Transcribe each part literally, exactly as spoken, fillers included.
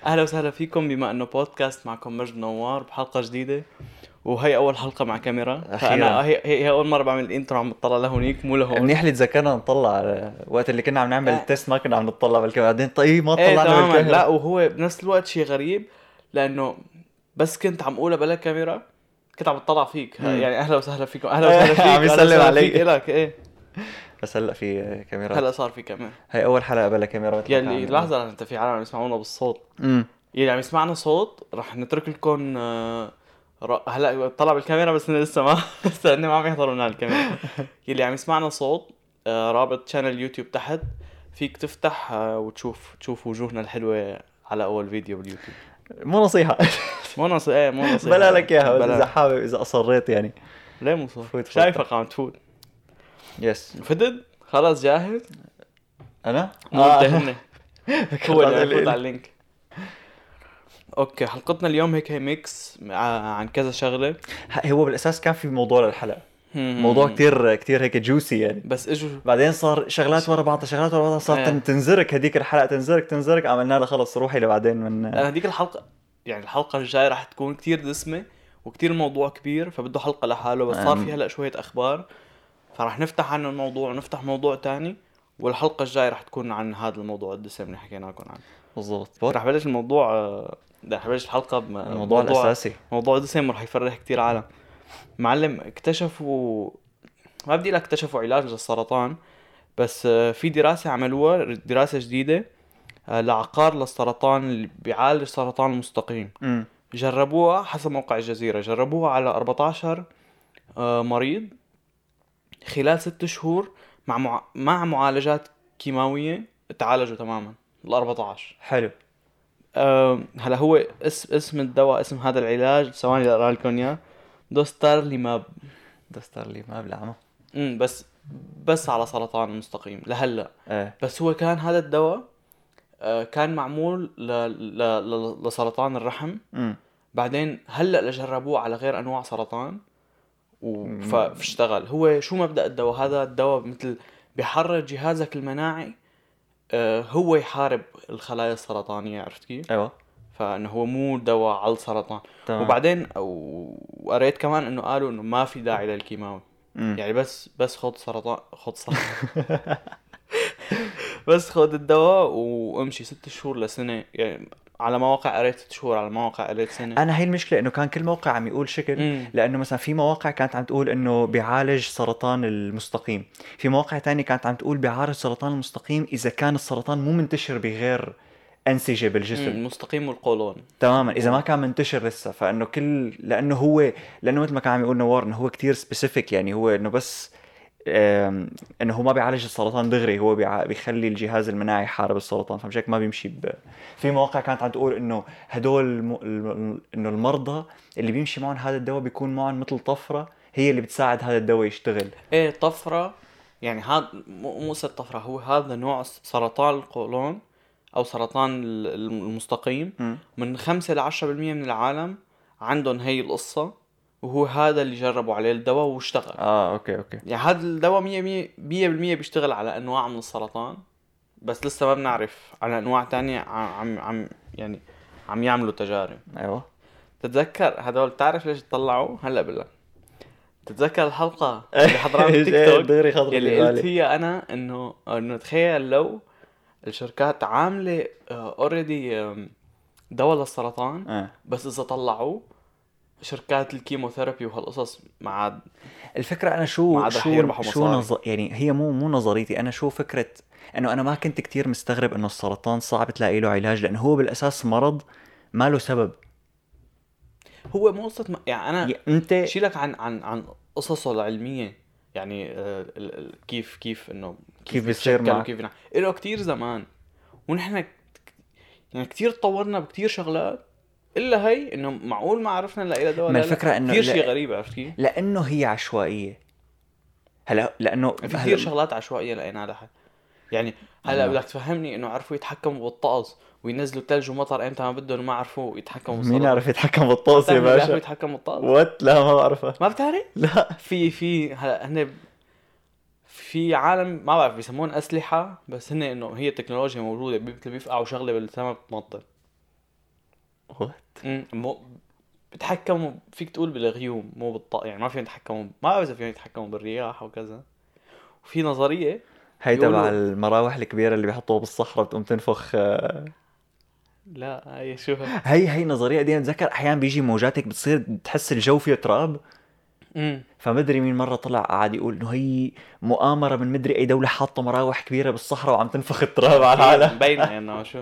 اهلا وسهلا فيكم بما انه بودكاست معكم مجد نوار بحلقه جديده، وهي اول حلقه مع كاميرا. فانا هي, هي اول مره بعمل الانترو، عم بتطلع لهونيك مو لهون. منيح اللي تذكرنا نطلع وقت اللي كنا عم نعمل آه. التست، ما كنا عم نطلع بالكاميرا. بعدين طيب ما ايه طلعنا تماما. بالكاميرا. لا وهو بنفس الوقت شيء غريب، لانه بس كنت عم اقولها بلا كاميرا كنت عم بتطلع فيك. مم. يعني اهلا وسهلا فيكم، اهلا وسهلا فيك، عم أهلا يسلم وسهلا علي. فيك إلك. ايه بس هلا في كاميرات. هلا صار في كمان. هي اول حلقه بلا كاميرا مثل ما كان عم يلي نقول. لحظه، انت في عالم عم يسمعونا بالصوت. امم يلي عم يسمعنا صوت رح نترك لكم. آه، ر- هلا طلع بالكاميرا بس إنه لسه ما لسه هن ما عم يحضرونا على الكاميرا. يلي عم يسمعنا صوت، آه، رابط شانل يوتيوب تحت، فيك تفتح آه، وتشوف تشوف وجوهنا الحلوة على أول فيديو باليوتيوب. مو نصيحه. مو نصيحة، ايه مو نصيحة. بلا لك اياها، بس بلا. اذا حابب، اذا اصريت يعني. ليه مو صح؟ فوت فوت. شايفك عم تفوت. يس. فتد خلاص جاهز. انا مو انت هن هو اللي عم يفوت على اللي اللينك. اوكي، حلقتنا اليوم هيك هي ميكس ع- عن كذا شغلة. هو بالاساس كان في موضوع للحلقه، موضوع كتير كتير هيك جوسي يعني. بس اجوا بعدين صار شغلات ورا بعض، شغلات ورا بعض، صارت ايه. تنزرك هديك الحلقه، تنزرك تنزرك عملنا لها خلص روحي لبعدين من. انا هديك الحلقه، يعني الحلقه الجايه راح تكون كتير دسمه وكتير الموضوع كبير، فبده حلقه لحاله. بس صار في هلا شويه اخبار، فراح نفتح عن الموضوع ونفتح موضوع تاني، والحلقه الجايه راح تكون عن هذا الموضوع الدسم اللي حكينا لكم عنه. بالضبط. راح بلش الموضوع آه، راح بلش الحلقه بموضوع الموضوع الاساسي. موضوع دسم راح يفرح كتير عالم. معلم، اكتشفوا، ما بدي لك اكتشفوا علاج للسرطان، بس آه، في دراسه عملوها، دراسه جديده آه، لعقار للسرطان اللي بيعالج سرطان المستقيم. امم جربوها حسب موقع الجزيرة، جربوها على أربعة عشر آه، مريض خلال ست شهور مع مع, مع معالجات كيماوية، تعالجوا تماما ال أربعة عشر. حلو. أه هلا هو اسم اسم الدواء، اسم هذا العلاج ثواني اقرا لكم اياه، دوستارليماب. دستار لي ما بلعمه. امم بس بس على سرطان المستقيم لهلا. ايه. بس هو كان هذا الدواء آه، كان معمول ل... ل... ل... لسرطان الرحم. امم بعدين هلا جربوه على غير انواع سرطان و- ف- فاشتغل. هو شو مبدأ الدواء هذا؟ الدواء مثل بيحرر جهازك المناعي، آه، هو يحارب الخلايا السرطانية، عرفت كيف؟ ايوه فانه هو مو دواء على السرطان. تمام. وبعدين و- وقريت كمان انه قالوا انه ما في داعي للكيماوي. امم يعني بس بس خد سرطان، خد سرطان بس خد الدواء وامشي ست شهور لسنة. يعني على مواقع قريت ست شهور، على مواقع قريت سنة. انا هي المشكله انه كان كل موقع عم يقول شكل. امم لانه مثلا في مواقع كانت عم تقول انه بيعالج سرطان المستقيم، في مواقع تانية كانت عم تقول بيعالج سرطان المستقيم اذا كان السرطان مو منتشر بغير انسجه بالجسم. المستقيم والقولون. تماما، اذا ما كان منتشر لسه. فانه كل لانه هو لانه مثل ما كان عم يقول نوار انه هو كتير سبيسيفيك، يعني هو انه بس آم، انه هو ما بيعالج السرطان دغري، هو بيع... بيخلي الجهاز المناعي يحارب السرطان. فمش هيك ما بيمشي ب... في مواقع كانت عم تقول انه هدول الم... الم- انه المرضى اللي بيمشي معهم هذا الدواء بيكون معهم مثل طفرة هي اللي بتساعد هذا الدواء يشتغل. ايه طفرة. يعني هذا مو مو ست طفرة، هو هذا نوع سرطان القولون او سرطان ال- المستقيم. م. من خمسة لعشرة بالمية من العالم عندهم هي القصة، وهو هذا اللي جربوا عليه الدواء واشتغل. اه اوكي اوكي. يعني هذا الدواء مية مية مية بالمية بيشتغل على انواع من السرطان، بس لسه ما بنعرف على انواع تانية. عم عم يعني عم يعملوا تجارب. ايوه تتذكر هذول، تعرف ليش طلعوا؟ هلا بالله. تتذكر الحلقة اللي حضرها بالتيك توك دغري خطر يلي قلت ببالي. فيها انا انه انه تخيل لو الشركات عامله اوريدي دواء للسرطان، آه. بس اذا طلعوه شركات الكيموثيرابي وهالقصص ما عاد الفكرة أنا ما شو عاد رح شو يربحوا شو مصاري. نظ... يعني هي مو مو نظريتي أنا، شو فكرة إنه أنا ما كنت كتير مستغرب إنه السرطان صعب تلاقي له علاج، لأنه هو بالأساس مرض ما له سبب. هو مو قصة م... يعني انا يا أنت شيلك عن عن عن قصصه العلمية. يعني آه، ال- ال- كيف كيف انه كيف بيصير بيتشكل معك؟ وكيف نع- له كتير زمان، ونحن يعني كتير تطورنا بكتير شغلات، الا هي انه معقول ما عرفنا نلاقي لها دواء. ما لا لا الفكرة إنه كتير شيء لا... غريب، عرفت كيف؟ لأنه هي عشوائية. هلا لأنه في كتير هلا شغلات عشوائية لقينا لها. يعني هلا أيوة. بدك تفهمني انه عرفوا يتحكموا بالطقس وينزلوا ثلج ومطر امتى ما بدهم، وما عرفوا يتحكموا مين بالسرطان. عرف يتحكم ما بالطقس يا بتعرف اللي بيعرفوا باشا؟ يتحكموا بالطقس؟ وات لا ما بعرفها. ما بتعرف؟ لا في في هلا هن في عالم ما بعرف بيسمون اسلحه، بس هن انه هي تكنولوجيا موجوده، مثل بيفقعوا شغله بالسما بتمطر. امم مو بتحكموا فيك تقول بالغيوم مو بالط يعني ما فيهم يتحكموا ما بعرف اذا فيهم يتحكموا بالرياح وكذا. وفي نظريه هي تبع بيقولوا المراوح الكبيرة اللي بيحطوها بالصحراء بتقوم تنفخ. آه، لا هي شو ها هي هي نظرية قديمة. بتذكر أحيانا بيجي موجات هيك بتصير تحس الجو فيه تراب. امم فمدري مين مرة طلع قاعد يقول إنه هي مؤامرة من مدري أي دولة حاطة مراوح كبيرة بالصحراء وعم تنفخ التراب على اكيد العالم. مبينه انه شو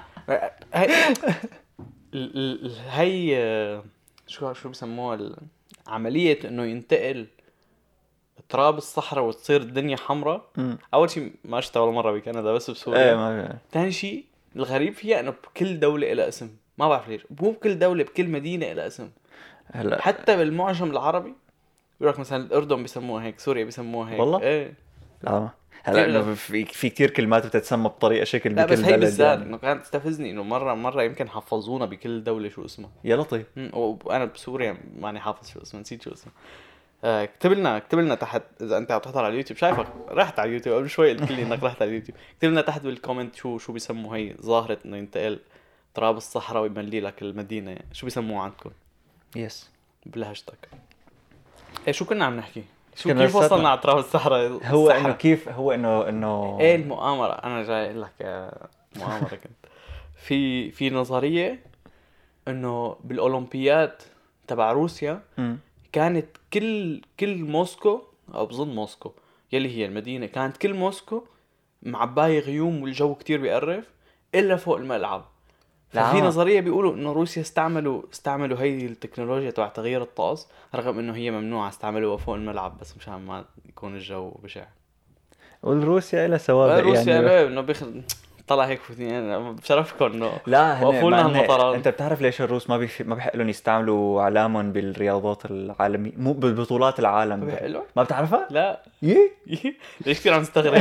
هي ال- ال- ال- هي آه، شو شو بسموها ال- عمليه انه ينتقل تراب الصحراء وتصير الدنيا حمراء. أمم. اول شيء ما شفتها ولا مره بكندا بس ايه بسوريا. ما ثاني شيء الغريب فيها انه بكل دوله لها اسم ما بعرف ليش مو بكل دوله بكل مدينه لها اسم. هلا حتى بالمعجم العربي بيقول لك مثلا الاردن بيسموها هيك سوريا بيسموها هيك والله؟ ايه لا هلا كثير انه غريب. في في كثير كلمات بتتسمى بطريقه شكل لا بكل بس هي بلد بالذات يعني. انه كانت تستفزني انه مره مره يمكن حفظونا بكل دوله شو اسمها. يا لطيف. مم، وانا بسوريا ماني حافظ شو اسمه نسيت شو اسمه. آه، اكتب لنا اكتب لنا تحت اذا انت عم تحضر على اليوتيوب شايفك رحت على اليوتيوب قبل شوي قلت لي انك رحت على اليوتيوب. اكتب لنا تحت بالكومنت شو شو بيسموا هي ظاهره انه ينتقل تراب الصحراء ويملي لك المدينه يعني. شو بيسموها عندكم يس. بالهاشتاج. ايه شو كنا عم نحكي شو كنا كيف وصلنا لساتنا على تراب الصحراء هو انه الصحراء. كيف هو انه انه ايه المؤامره انا جاي اقول لك يا مؤامره كنت في في نظريه انه بالاولمبياد تبع روسيا أمم. كانت كل كل موسكو او بظن موسكو يلي هي المدينه كانت كل موسكو معبايه غيوم والجو كتير بيقرف الا فوق الملعب. ففي لا نظريه بيقولوا انه روسيا استعملوا استعملوا هي التكنولوجيا تبع تغيير الطقس رغم انه هي ممنوعه استعملوها فوق الملعب بس مشان ما يكون الجو بشع. والروسيا لها سوابق روسيا يعني. ليه انه بيخ طلع هيك فوتين بشرفكم انه لا هن وقفوا مع لنا إن المطارات. انت بتعرف ليش الروس ما بيف... ما بحق لهم يستعملوا اعلامهم بالرياضات العالميه مو بالبطولات العالم ما بال... بيحلوا ما بتعرفها؟ لا يي ليش كثير عم تستغرب.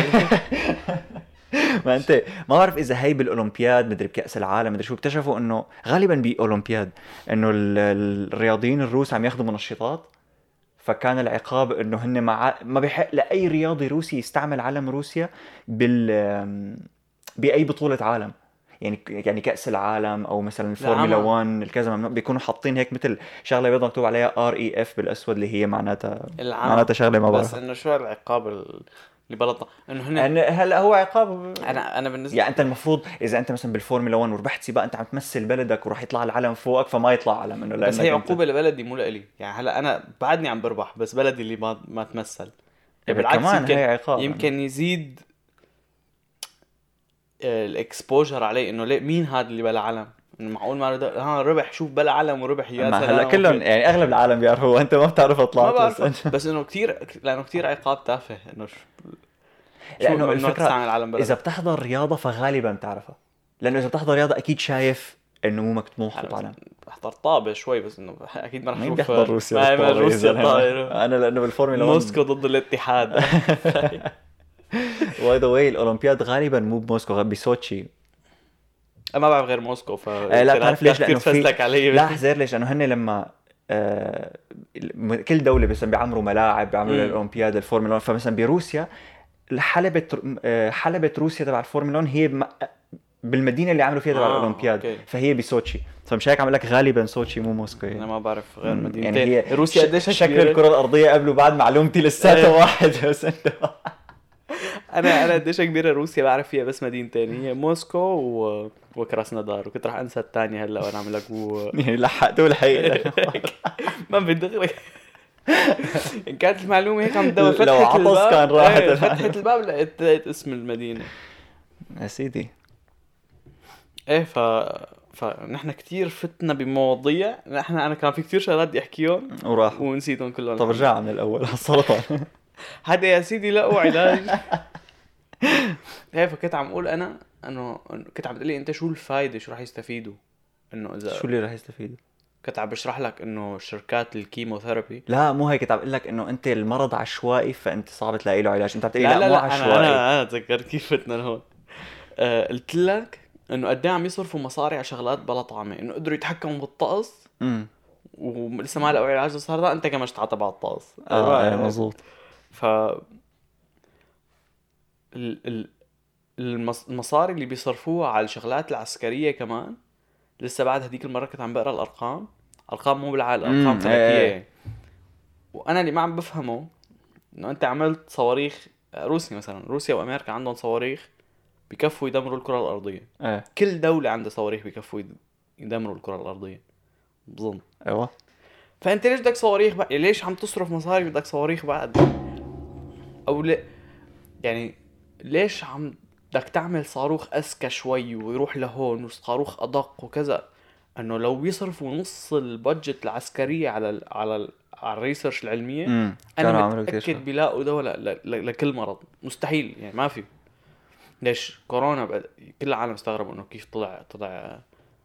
ما انت ما بعرف اذا هي بالاولمبياد مدري بكاس العالم مدري شو اكتشفوا انه غالبا باولمبياد انه ال- ال- الرياضيين الروس عم ياخذوا منشطات. فكان العقاب انه هن مع ما بيحق لاي رياضي روسي يستعمل علم روسيا بال باي بطوله عالم. يعني يعني كاس العالم او مثلا الفورمولا العمى واحد الكذا ممنوع بيكونوا حاطين هيك مثل شغله بيضاء مكتوب عليها ار اي اف بالاسود اللي هي معناتها العمى معناتها شغله ما بس بعرفها. انه شو العقاب ال- اللي بلطة انه هن يعني هلا هو عقاب. انا انا بالنسبه يعني انت المفروض اذا انت مثلا بالفورمولا واحد وربحت سباق انت عم تمثل بلدك وراح يطلع العلم فوقك فما يطلع علم انه بس لانك هي انت عقوبه لبلدي مو لإلي يعني. هلا انا بعدني عم بربح بس بلدي اللي ما ما تمثل يعني. إيه بالعكس كمان يمكن هي عقاب يعني. يمكن يزيد الاكسبوجر عليه انه ليه مين هذا اللي بلا علم انه معقول ما رد- ها ربح شوف بلا علم وربح يا ما هلا سلام كلهم وفي- يعني اغلب العالم بيعرفوا انت ما بتعرف ما طلعت بس بعرف انت. بس انه كثير لانه كثير عقاب تافه انه شو شو لانه ممنوع الفكره تستعمل علم اذا بلدك. بتحضر رياضه فغالبا بتعرفها. لانه اذا بتحضر رياضه اكيد شايف انه مو مكتوب انا محطوط علم. بحضر طابة شوي بس انه اكيد ما رح مين اشوف بيحضر روسيا ما ما بالطابة يا روسيا زلمة؟ طايرة انا لانه بالفورمولا واحد موسكو ضد الاتحاد. باي ذا واي الاولمبياد غالبا مو بموسكو غ- بسوتشي. ما بعرف غير موسكو ف آه لا بتعرف ليش؟ لانه في فزلك علي لا حزير ليش؟ لانه هن لما آه م- كل دوله مثلا بيعمروا ملاعب بيعملوا مم. للاولمبياد الفورمولا واحد. فمثلا بروسيا حلبة آه، حلبة روسيا تبع الفورمولا واحد هي بم- بالمدينه اللي عملوا فيها تبع آه، الاولمبياد أوكي. فهي بسوتشي. فمش هيك عم لك غالبا سوتشي مو موسكو انا يعني. ما بعرف غير مم، مدينتين يعني هي روسيا ش- قديش شكل كبيرة؟ الكره الارضيه قبل وبعد معلومتي لساتها إيه. واحد بس انت انا انا قديش كبيره روسيا بعرف فيها بس مدينتين هي موسكو و... وكراسنودار وكنت رح انسى الثانيه هلا وانا عم لك و... يعني لحقتوا الحقيقه. ما بدغري. ان كانت المعلومه هيك عم تدور لو فتحت عطس الباب كان راحت إيه، المعلومة. فتحت الباب لقيت لقيت اسم المدينه. يا سيدي ايه ف فنحن كتير فتنا بمواضيع نحن انا كان في كتير شغلات بدي احكيهم وراح. ونسيتهم كلهم. طب رجع من الاول على السرطان. هذا يا سيدي لقوا علاج. ايه فكنت عم اقول انا انه إنه كنت عم تقول لي انت شو الفايده شو راح يستفيدوا انه اذا شو اللي راح يستفيد؟ كنت عم بشرح لك انه شركات الكيموثيرابي. لا مو هيك كنت عم اقول لك انه انت المرض عشوائي فانت صعب تلاقي له علاج. انت عم تقول لي لا لا, لا مو لا عشوائي. انا انا انا تذكرت كيف فتنا لهون. آه قلت لك انه قد ايه عم يصرفوا مصاري على شغلات بلا طعمه انه قدروا يتحكموا بالطقس امم ولسه ما لقوا علاج صار ده انت كمان تعطى على الطقس. اه ايه مزبوط. ف ال... ال... المص... المصاري اللي بيصرفوها على الشغلات العسكريه كمان لسه بعد هديك المره كنت عم بقرا الارقام، ارقام مو بالعقل، مم، ارقام فلكيه إيه. يعني. وانا اللي ما عم بفهمه انه انت عملت صواريخ روسيا مثلا، روسيا وامريكا عندهم صواريخ بكفوا يدمروا الكره الارضيه. ايه كل دوله عندها صواريخ بكفوا يد- يدمروا الكره الارضيه بظن. ايوه. فانت ليش بدك صواريخ بقى؟ ليش عم تصرف مصاري بدك صواريخ بعد؟ او لا يعني ليش عم بدك تعمل صاروخ اذكى شوي ويروح لهون وصاروخ ادق وكذا؟ انه لو بيصرفوا نص البادجت العسكريه على ال على ال على الريسيرش العلميه، امم انا كانوا عملوا كتير متاكد شغل. بيلاقوا دواء ل- ل- ل- لكل مرض. مستحيل يعني، ما في. ليش كورونا بقى كل العالم استغربوا انه كيف طلع طلع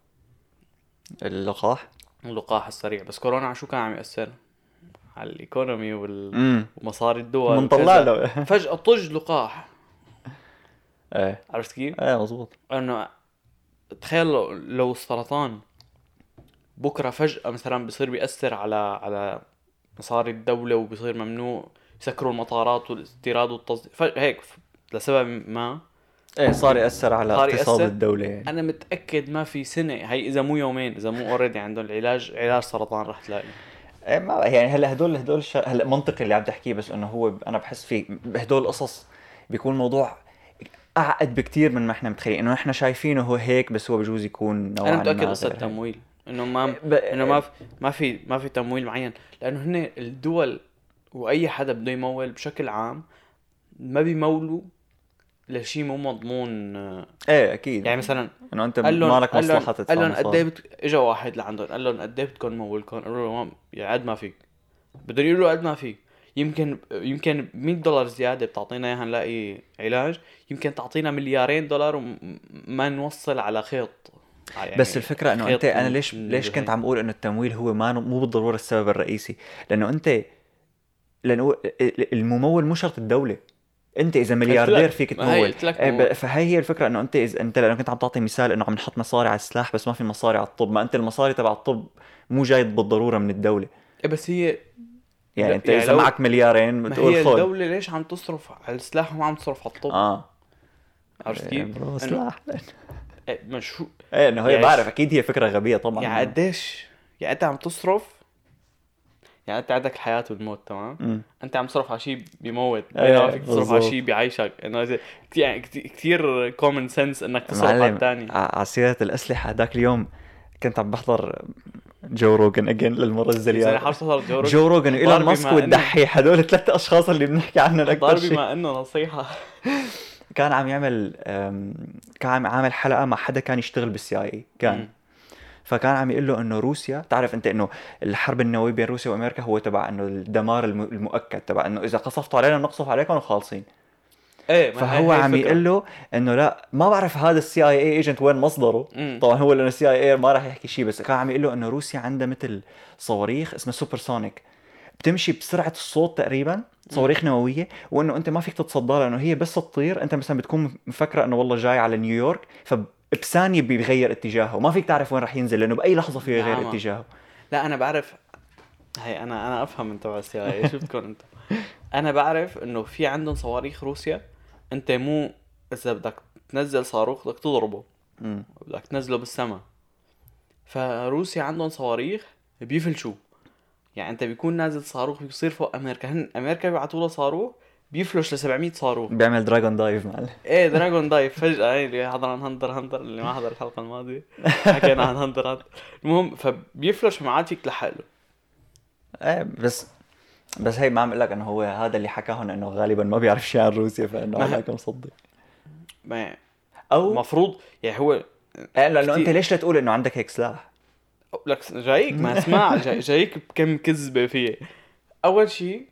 اللقاح. اللقاح السريع، بس كورونا على شو كان عم يأثر؟ على الايكونومي وال... امم ومصاري الدول منطلع وكذا. له. فجأة طج لقاح. ايه عرفت كيف؟ ايه مظبوط. انه تخيل لو, لو السرطان بكره فجأة مثلا بيصير بيأثر على على مصاري الدولة، وبيصير ممنوع يسكروا المطارات والاستيراد والتصدير فجأة هيك ف- لسبب ما ايه صار يأثر على صار اقتصاد يأثر. الدولة يعني. انا متأكد ما في سنة هي اذا مو يومين، اذا مو اوريدي عندهم العلاج، علاج سرطان رح تلاقي. ايه ما يعني هلا هدول هدول الش... هلا منطقي اللي عم تحكيه، بس انه هو ب- انا بحس في بهدول القصص بيكون الموضوع اعقد بكتير من ما احنا متخيلين. انه احنا شايفينه هو هيك، بس هو بجوز يكون نوعا انا ما متأكد قصة غير هيك. تمويل، انه ما ب... انه ما في ما في ما في تمويل معين، لانه هن الدول واي حدا بده يمول بشكل عام ما بيمولوا لشيء مو مضمون. ايه اكيد. يعني مثلا انه انت قال لهم ما لك قال لهم مصلحة قال تدفع لهم قد ايه مصاري. بت... اجى واحد لعندهم قال لهم قد ايه بدكم نمولكم؟ قالوا له ما يعني قد ما فيك. بدهم يقولوا قد ما فيك. يمكن يمكن مية دولار زياده بتعطينا اياها نلاقي علاج، يمكن تعطينا مليارين دولار وما نوصل على خيط. يعني بس الفكرة انه خيط انت انا من- ليش من ليش كنت هي. عم اقول انه التمويل هو ما مو بالضرورة السبب الرئيسي. لانه انت لانه الممول مو شرط الدولة. انت اذا ملياردير فيك ما هي تمول. قلت لك إيه مو- ب- فهي هي الفكرة. انه انت اذا انت لانه كنت عم تعطي مثال انه عم نحط مصاري على السلاح بس ما في مصاري على الطب، ما انت المصاري تبع الطب مو جاي بالضرورة من الدولة. إيه بس هي يعني لا، انت يعني اذا لو- معك مليارين ما بتقول هي خذ. الدولة ليش عم تصرف على السلاح وما عم تصرف على الطب؟ اه عرفت إيه كيف؟ برو إنه- سلاح. إيه مشو ايه انه هي يعني بعرف ش- اكيد هي فكرة غبية طبعا. يعني قديش يعني انت عم تصرف، يعني انت عندك الحياة والموت تمام، امم انت عم تصرف على شيء بيموت، إيه، بينما فيك تصرف على بالضبط. شيء بيعيشك. انه إذا- كتير يعني كتير- كتير كومن سنس انك تصرف على معلم الثاني. ع- على سيرة الأسلحة ذاك اليوم كنت عم بحضر جو روجن اجين للمرة بس انا الزليان. حاول تصل جو روجن جو روجن وإيلون ضار ماسك بما انه والدحيح هدول الثلاث أشخاص اللي بنحكي عنهم أكثر ضار شيء. بما انه نصيحة. كان عم يعمل أم، كان عم عامل حلقة مع حدا كان يشتغل بالسي اي اي كان. مم. فكان عم يقول له انه روسيا، تعرف انت انه الحرب النووية بين روسيا وامريكا هو تبع انه الدمار الم- المؤكد، تبع انه اذا قصفتوا علينا بنقصف عليكم وخالصين. ايه ما فهو هي عم الفكرة. يقول له انه لا ما بعرف هذا السي اي اي ايجنت وين مصدره. مم. طبعا هو لانه السي اي اي ما راح يحكي شيء، بس كان عم يقول له انه روسيا عندها مثل صواريخ اسمها سوبرسونيك بتمشي بسرعة الصوت تقريبا، صواريخ نووية، وانه انت ما فيك تتصدى لها. انه هي بس تطير انت مثلا بتكون مفكرة انه والله جاي على نيويورك، فبثانية بيغير اتجاهه وما فيك تعرف وين راح ينزل لانه باي لحظة فيه يغير نعم. اتجاهه. لا انا بعرف. هي انا انا افهم من تبع السي اي شو بدكم انتم. انا بعرف انه في عندهم صواريخ روسيا، انت مو اذا بدك تنزل صاروخ بدك تضربه، امم بدك تنزله بالسما. فروسيا عندهم صواريخ بيفلشوا، يعني انت بيكون نازل صاروخ بيصير فوق امريكا، هن امريكا بيبعتوا له صاروخ بيفلش ل سبعمية صاروخ. بيعمل دراجون دايف معلم. ايه دراجون دايف فجأة. هي اللي حضر عن هندر هندر، اللي ما حضر الحلقة الماضية حكينا عن هندر هندر. المهم فبيفلش ما عاد فيك تلحق له. ايه بس بس هي ما عم اقول لك انه هو هذا اللي حكاهن انه غالبا ما بيعرف شيء عن روسيا، فانه ما- هذاك مصدق. ما او المفروض يعني هو إيه لانه انت كتير- ليش لا تقول انه عندك هيك سلاح؟ لك جايك ما اسمع جاي جايك بكم كذبة فيه. أول شيء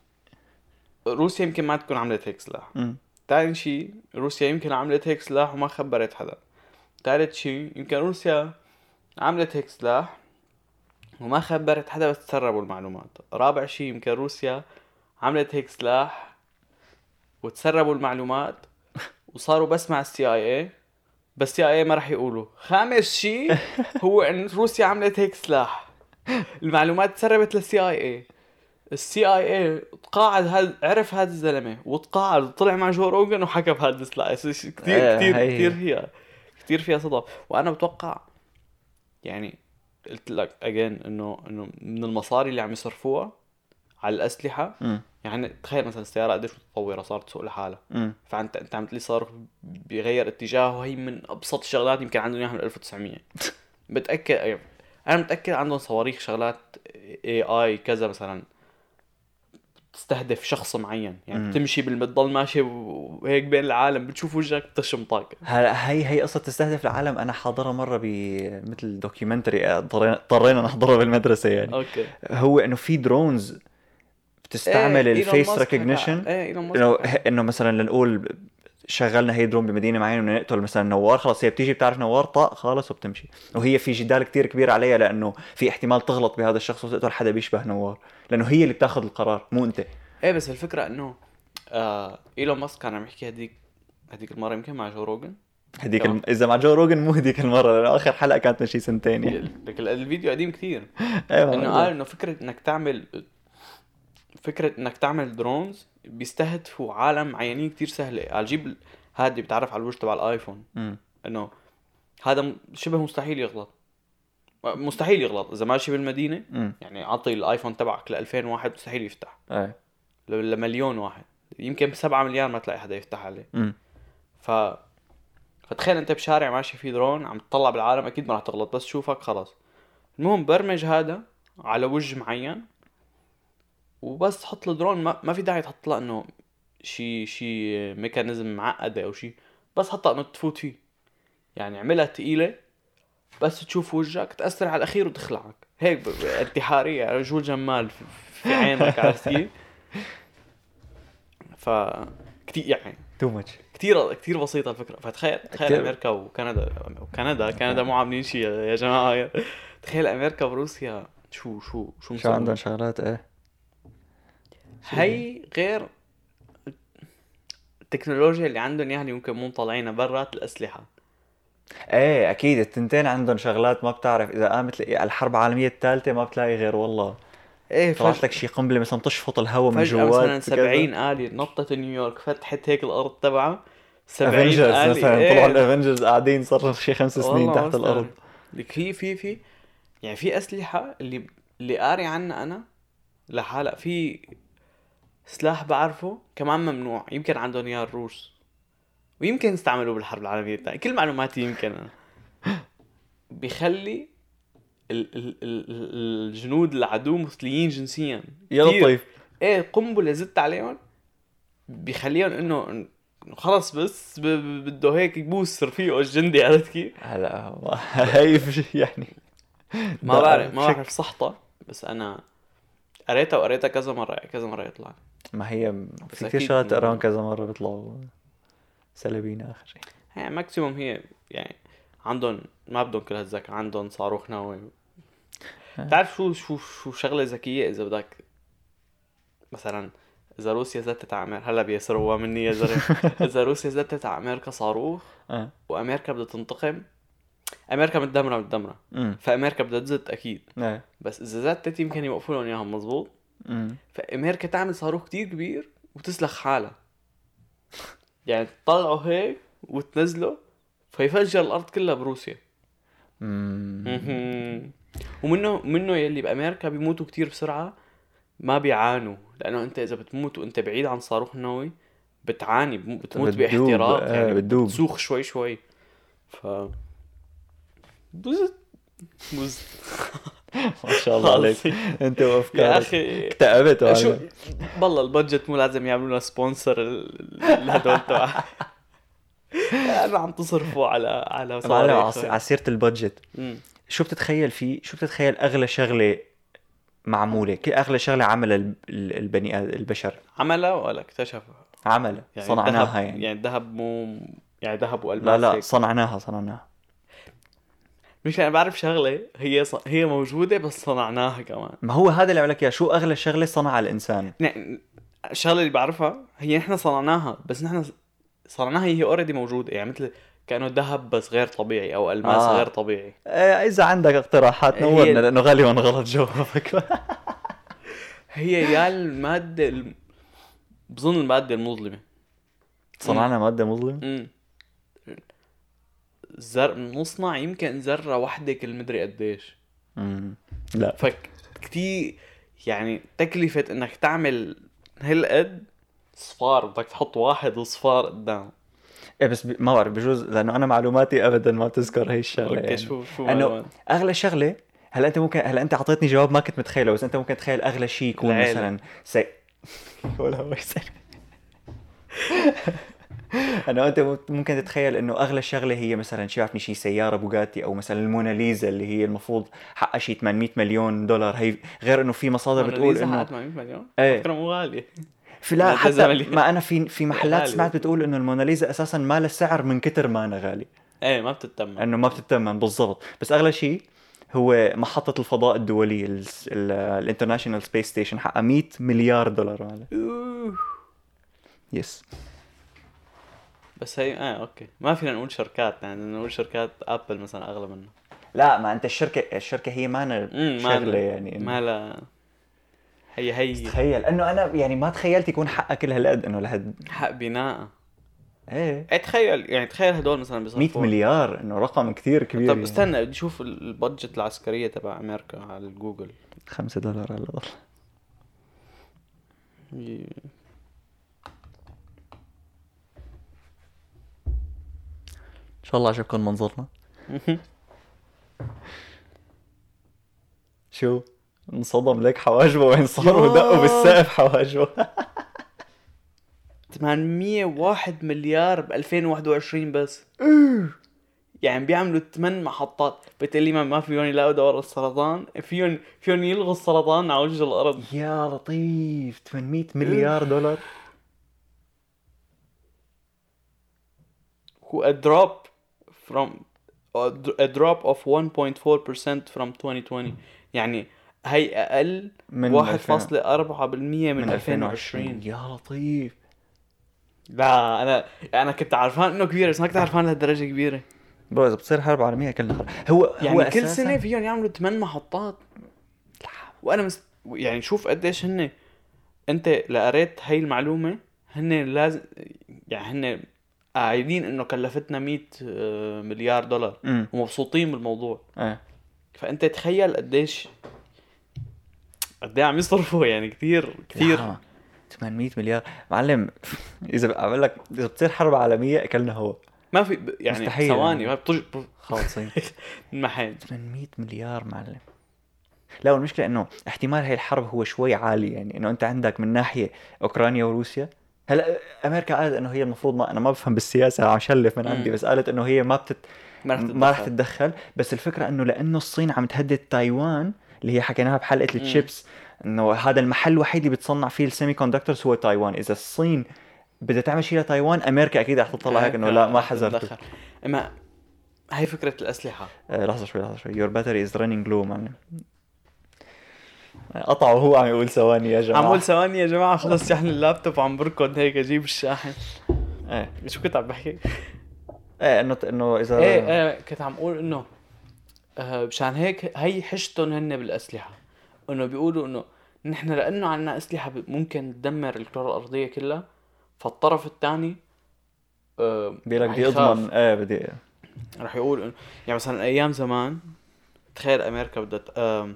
روسيا يمكن ما تكون عملت هيك سلاح. امم ثاني شيء روسيا يمكن عملت هيك سلاح وما خبرت حدا. ثالث شيء يمكن روسيا عملت هيك سلاح وما خبرت حدا بس تسربوا المعلومات. رابع شيء يمكن روسيا عملت هيك سلاح وتسربوا المعلومات وصاروا بس مع السي اي اي، بس السي اي اي ما راح يقولوا. خامس شيء هو ان روسيا عملت هيك سلاح، المعلومات تسربت للسي اي اي، السي اي اي تقاعد هذا، عرف هذا الزلمه وتقاعد وطلع مع جو روجن وحكى بهذا السلاح. كثير إيه، كثير هي- كثير فيها كثير فيها صدف. وانا بتوقع يعني قلت لك اجين انه انه من المصاري اللي عم يصرفوها على الاسلحه. امم يعني تخيل مثلا السياره قديش متطوره صارت تسوق لحالها، امم فانت انت عم تقول صاروخ بيغير اتجاهه، هي من ابسط الشغلات يمكن عندهم اياها من ألف وتسعمية. بتاكد انا متاكد عندهم صواريخ شغلات اي اي كذا مثلا تستهدف شخص معين، يعني مم. بتمشي بتضل ماشي وهيك بين العالم بتشوف وجهك بتشمطك. هلا هي هي قصة تستهدف العالم، أنا حاضرها مرة بمثل دوكيومنتري اضطرينا اضطرينا نحضرها بالمدرسة يعني. اوكي. هو إنه في درونز بتستعمل ايه ايلون الفيس ماسك حكى، ريكوجنيشن. ايه ايلون ماسك إنه حكى. إنه مثلا لنقول شغلنا هي درون بمدينة معينة بدنا نقتل مثلا نوار، خلاص هي بتيجي بتعرف نوار طاق خالص وبتمشي. وهي في جدال كتير كبير عليها لأنه في احتمال تغلط بهذا الشخص وتقتل حدا بيشبه نوار، لأنه هي اللي بتاخذ القرار مو أنت. ايه بس الفكره انه آه ايلون ماسك كان عم يحكي هديك هديك المره يمكن مع جو روجن. هديك الم... إذا مع جو روجن مو هديك المرة، لأنه آخر حلقة كانت من شي سنتين يعني. لك الفيديو قديم كتير. أيوة انه قال انه فكره انك تعمل فكره انك تعمل درونز بيستهدفوا عالم معينين كتير سهله. قال جيب هادي بتعرف على الوجه تبع الايفون، امم انه هذا م- شبه مستحيل يغلط. مستحيل يغلط اذا ماشي بالمدينه. امم يعني اعطي الايفون تبعك ل ألفين واحد مستحيل يفتح، ايه ل- لمليون واحد يمكن بسبعة مليار ما تلاقي حدا يفتح عليه. امم ف فتخيل انت بشارع ماشي فيه درون عم تطلع بالعالم، اكيد ما راح تغلط بس شوفك خلاص. المهم برمج هذا على وجه معين وبس تحط له درون. ما, ما في داعي تحط له انه شي شي ميكانيزم معقده او شي، بس حطها انه تفوت فيه. يعني عملها تقيله بس تشوف وجهك تاثر على الاخير وتخلعك هيك ب- ب- انتحاريه رجول جمال في, في عينك. عرفت كيف؟ ف كتير يعني تو ماتش. كتير كتير بسيطه الفكره. فتخيل تخيل كتير. امريكا وكندا وكندا كندا مو عاملين شيء يا جماعه. تخيل امريكا وروسيا شو شو شو شو عندهم مسوين. شغلات ايه. هي غير التكنولوجيا اللي عندهم يعني ممكن مو مطلعينها برات الاسلحه. ايه اكيد التنتين عندهم شغلات ما بتعرف اذا قامت ل- الحرب العالمية الثالثة ما بتلاقي غير والله ايه طلعت فجأة لك شي قنبلة مثلا تشفط الهواء من فجأة مثلا جوات كذا. سبعين آلية نطت نيويورك فتحت هيك الأرض تبعها. سبعين افنجرز آلية مثلا ايه. طلعوا الافنجرز قاعدين صار شي خمس سنين والله تحت الارض. مستعر. لك في في في يعني في أسلحة اللي اللي قاري عنها أنا لحالة. في سلاح بعرفه كمان ممنوع يمكن عندهم إياه الروس ويمكن استعملوه بالحرب العالمية الثانية، كل معلوماتي يمكن أنا. بيخلي ال ال ال ال- الجنود العدو مثليين جنسيا يا كتير. لطيف. ايه قنبلة زدت عليهم بيخليهم انه إنه خلص بس ب- ب- بده هيك يبوس رفيقه الجندي. عرفت كيف؟ هلا هي في- يعني ما بعرف ما شك. بعرف صحتها بس انا قريتها وقريتها كذا مرة كذا مرة يطلع. ما هي بس في كثير أكيد شغلات إنه- تقراهم كذا مرة بيطلعوا سلبيين اخر شيء. هي ماكسيموم هي يعني عندهم ما بدهم كل هالذكاء، عندهم صاروخ نووي. تعرف شو شو شو شغلة ذكية إذا بدك مثلا إذا روسيا زتت على أمريكا هلا بيسروا مني يا زلمة. إذا روسيا زتت على أمريكا صاروخ اه وأمريكا بدها تنتقم، أمريكا متدمرة متدمرة امم فأمريكا بدها تزت أكيد. ايه بس إذا زتت يمكن يوقفوا لهم إياهم مزبوط. امم فأمريكا تعمل صاروخ كتير كبير وتسلخ حالها. يعني تطلعوا هيك وتنزله فيفجر الأرض كلها بروسيا. امم ومنه منه يلي بأمريكا بيموتوا كتير بسرعة ما بيعانوا، لأنه أنت إذا بتموت وأنت بعيد عن صاروخ نووي بتعاني بم- بتموت بتدوب، باحتراق. آه، يعني بتدوب. بتسوخ شوي شوي. ف بوزت بوزت ما شاء الله عليك انت يا وافكارك أخي اكتئبت شو وعلى. بالله البادجت مو لازم يعملوا لنا سبونسر الهدول تبع. انا عم تصرفوا على على معلم صواريخ. على سيرة البادجت، مم. شو بتتخيل فيه شو بتتخيل اغلى شغلة معمولة، كل اغلى شغلة عمل الب- ال- البني آد- البشر عملها ولا اكتشفها؟ عمل يعني صنعناها الذهب يعني. يعني الذهب مو يعني ذهب لا والماس لا هيك. صنعناها صنعناها مش انا بعرف شغله هي ص... هي موجوده بس صنعناها كمان. ما هو هذا اللي لك اياه، شو اغلى شغلة صنعها الانسان. يعني الشغله اللي بعرفها هي نحن صنعناها بس نحن صنعناها هي اوريدي موجوده. يعني مثل كانه ذهب بس غير طبيعي او الماس آه. غير طبيعي. إيه، اذا عندك اقتراحات هي نورنا ال- لانه غالبا غلط جوابك. هي يا الماده الم... بظن الماده المظلمه. صنعنا مادة مظلمة. امم زر مصنع يمكن ذره واحده كل مدري قديش. امم لا فكتير يعني تكلفه انك تعمل هالقد صفار، بدك تحط واحد صفار قدام. ايه بس ب... ما بعرف بجوز لانه انا معلوماتي ابدا ما بتذكر هي الشغله. اوكي يعني شو شو انه معلومات؟ اغلى شغله، هلا انت ممكن هلا انت اعطيتني جواب ما كنت متخيله، بس انت ممكن تخيل اغلى شيء يكون العيلة. مثلا سي... ولا هو يسأل. انا انت ممكن تتخيل انه اغلى شغله هي مثلا شو يعرفني شيء سياره بوغاتي، او مثلا الموناليزا اللي هي المفروض حقها شيء ثمانمئة مليون دولار. هي غير انه في مصادر بتقول انه حقها ثمانمئة مليون، ايه فكره مو غاليه. في لا لا حتى تزملي. ما انا في في محلات غالية. سمعت بتقول انه الموناليزا اساسا ما لها سعر من كتر ما انا غالي، ايه ما بتتمن. انه ما بتتمن بالضبط. بس اغلى شيء هو محطة الفضاء الدولية الانترناشونال سبيس ستيشن، حقها مئة مليار دولار معنا. أوه. يس. بس هي اه اوكي، ما فينا نقول شركات، يعني نقول شركات ابل مثلا اغلى منه. لا ما انت الشركة الشركة هي ما شغلة يعني ما لا هي هي تخيل انه انا يعني ما تخيلت يكون حقها كل هالقد انه لهد حق بناء. ايه ايه تخيل يعني تخيل هدول مثلا بيصرفوا مئة مليار، انه رقم كتير كبير. طب يعني. استنى بدي اشوف البادجت العسكرية تبع امريكا على الجوجل. خمسة دولار على الأقل. ي- ان شاء الله عجبكم منظرنا. شو انصدم لك حواجبه وين صاروا يا. دقوا بالسقف حواجبه. ثمانمئة وواحد مليار ب ألفين وواحد وعشرين بس. يعني بيعملوا ثمان محطات. بتقلي ما ما فيهم يلاقوا دواء السرطان، فيهم فيهم يلغوا السرطان على وجه الارض. يا لطيف ثمانمئة مليار دولار. هو a drop from a drop of one point four percent from twenty twenty. يعني هي اقل من واحد فاصلة أربعة بالمئة من, من ألفين وعشرين. ألفين وعشرين. يا لطيف. لا انا انا كنت عارفان انه كبير بس ما كنت عارفان لهالدرجه كبيره. برو اذا بتصير حرب عالميه كلنا خرب. هو يعني هو كل أساساً... سنه فيهم يعملوا ثمان محطات. وانا مس... يعني شوف قديش هن، انت لقريت هاي المعلومه، هن لازم يعني هن قايلين انه كلفتنا مئة مليار دولار م. ومبسوطين بالموضوع. ايه فانت تخيل قديش قد ايه عم يصرفوا، يعني كثير كثير. لا. ثمانمئة مليار معلم. اذا بعمل لك اذا بتصير حرب عالميه اكلنا هو ما في ب- يعني مستحيل ثواني يعني. ما بتج خالصين. المحل. ثمانمئة مليار معلم. لا والمشكله انه احتمال هاي الحرب هو شوي عالي، يعني انه انت عندك من ناحيه اوكرانيا وروسيا. هلا امريكا قالت انه هي المفروض، ما انا ما بفهم بالسياسه عم شلف من عندي، مم. بس قالت انه هي ما بتت ما رح ما رح تتدخل. تتدخل. بس الفكره انه لانه الصين عم تهدد تايوان اللي هي حكيناها بحلقه مم. التشيبس، انه هذا المحل الوحيد اللي بتصنع فيه السيمي كوندكتورز هو تايوان. اذا الصين بدها تعمل شيء لتايوان، امريكا اكيد رح تطلع هيك انه لا ما حذرت. تتدخل. اما هاي فكره الاسلحه. آه لحظه شوي لحظه شوي your battery is running low معلم. قطعه هو عم يقول ثواني يا جماعه. عم اقول ثواني يا جماعه خلص شحن اللابتوب وعم بركض هيك اجيب الشاحن. ايه شو كنت عم بحكي؟ ايه انه انه اذا ايه ايه كنت عم اقول انه آه مشان هيك هي حشتهم هن بالاسلحه، انه بيقولوا انه نحن لانه عنا اسلحه ممكن تدمر الكره الارضيه كلها، فالطرف الثاني آه بيقول لك بدي اضمن. ايه بدي رح يقول انه يعني مثلا ايام زمان تخيل امريكا بدها آه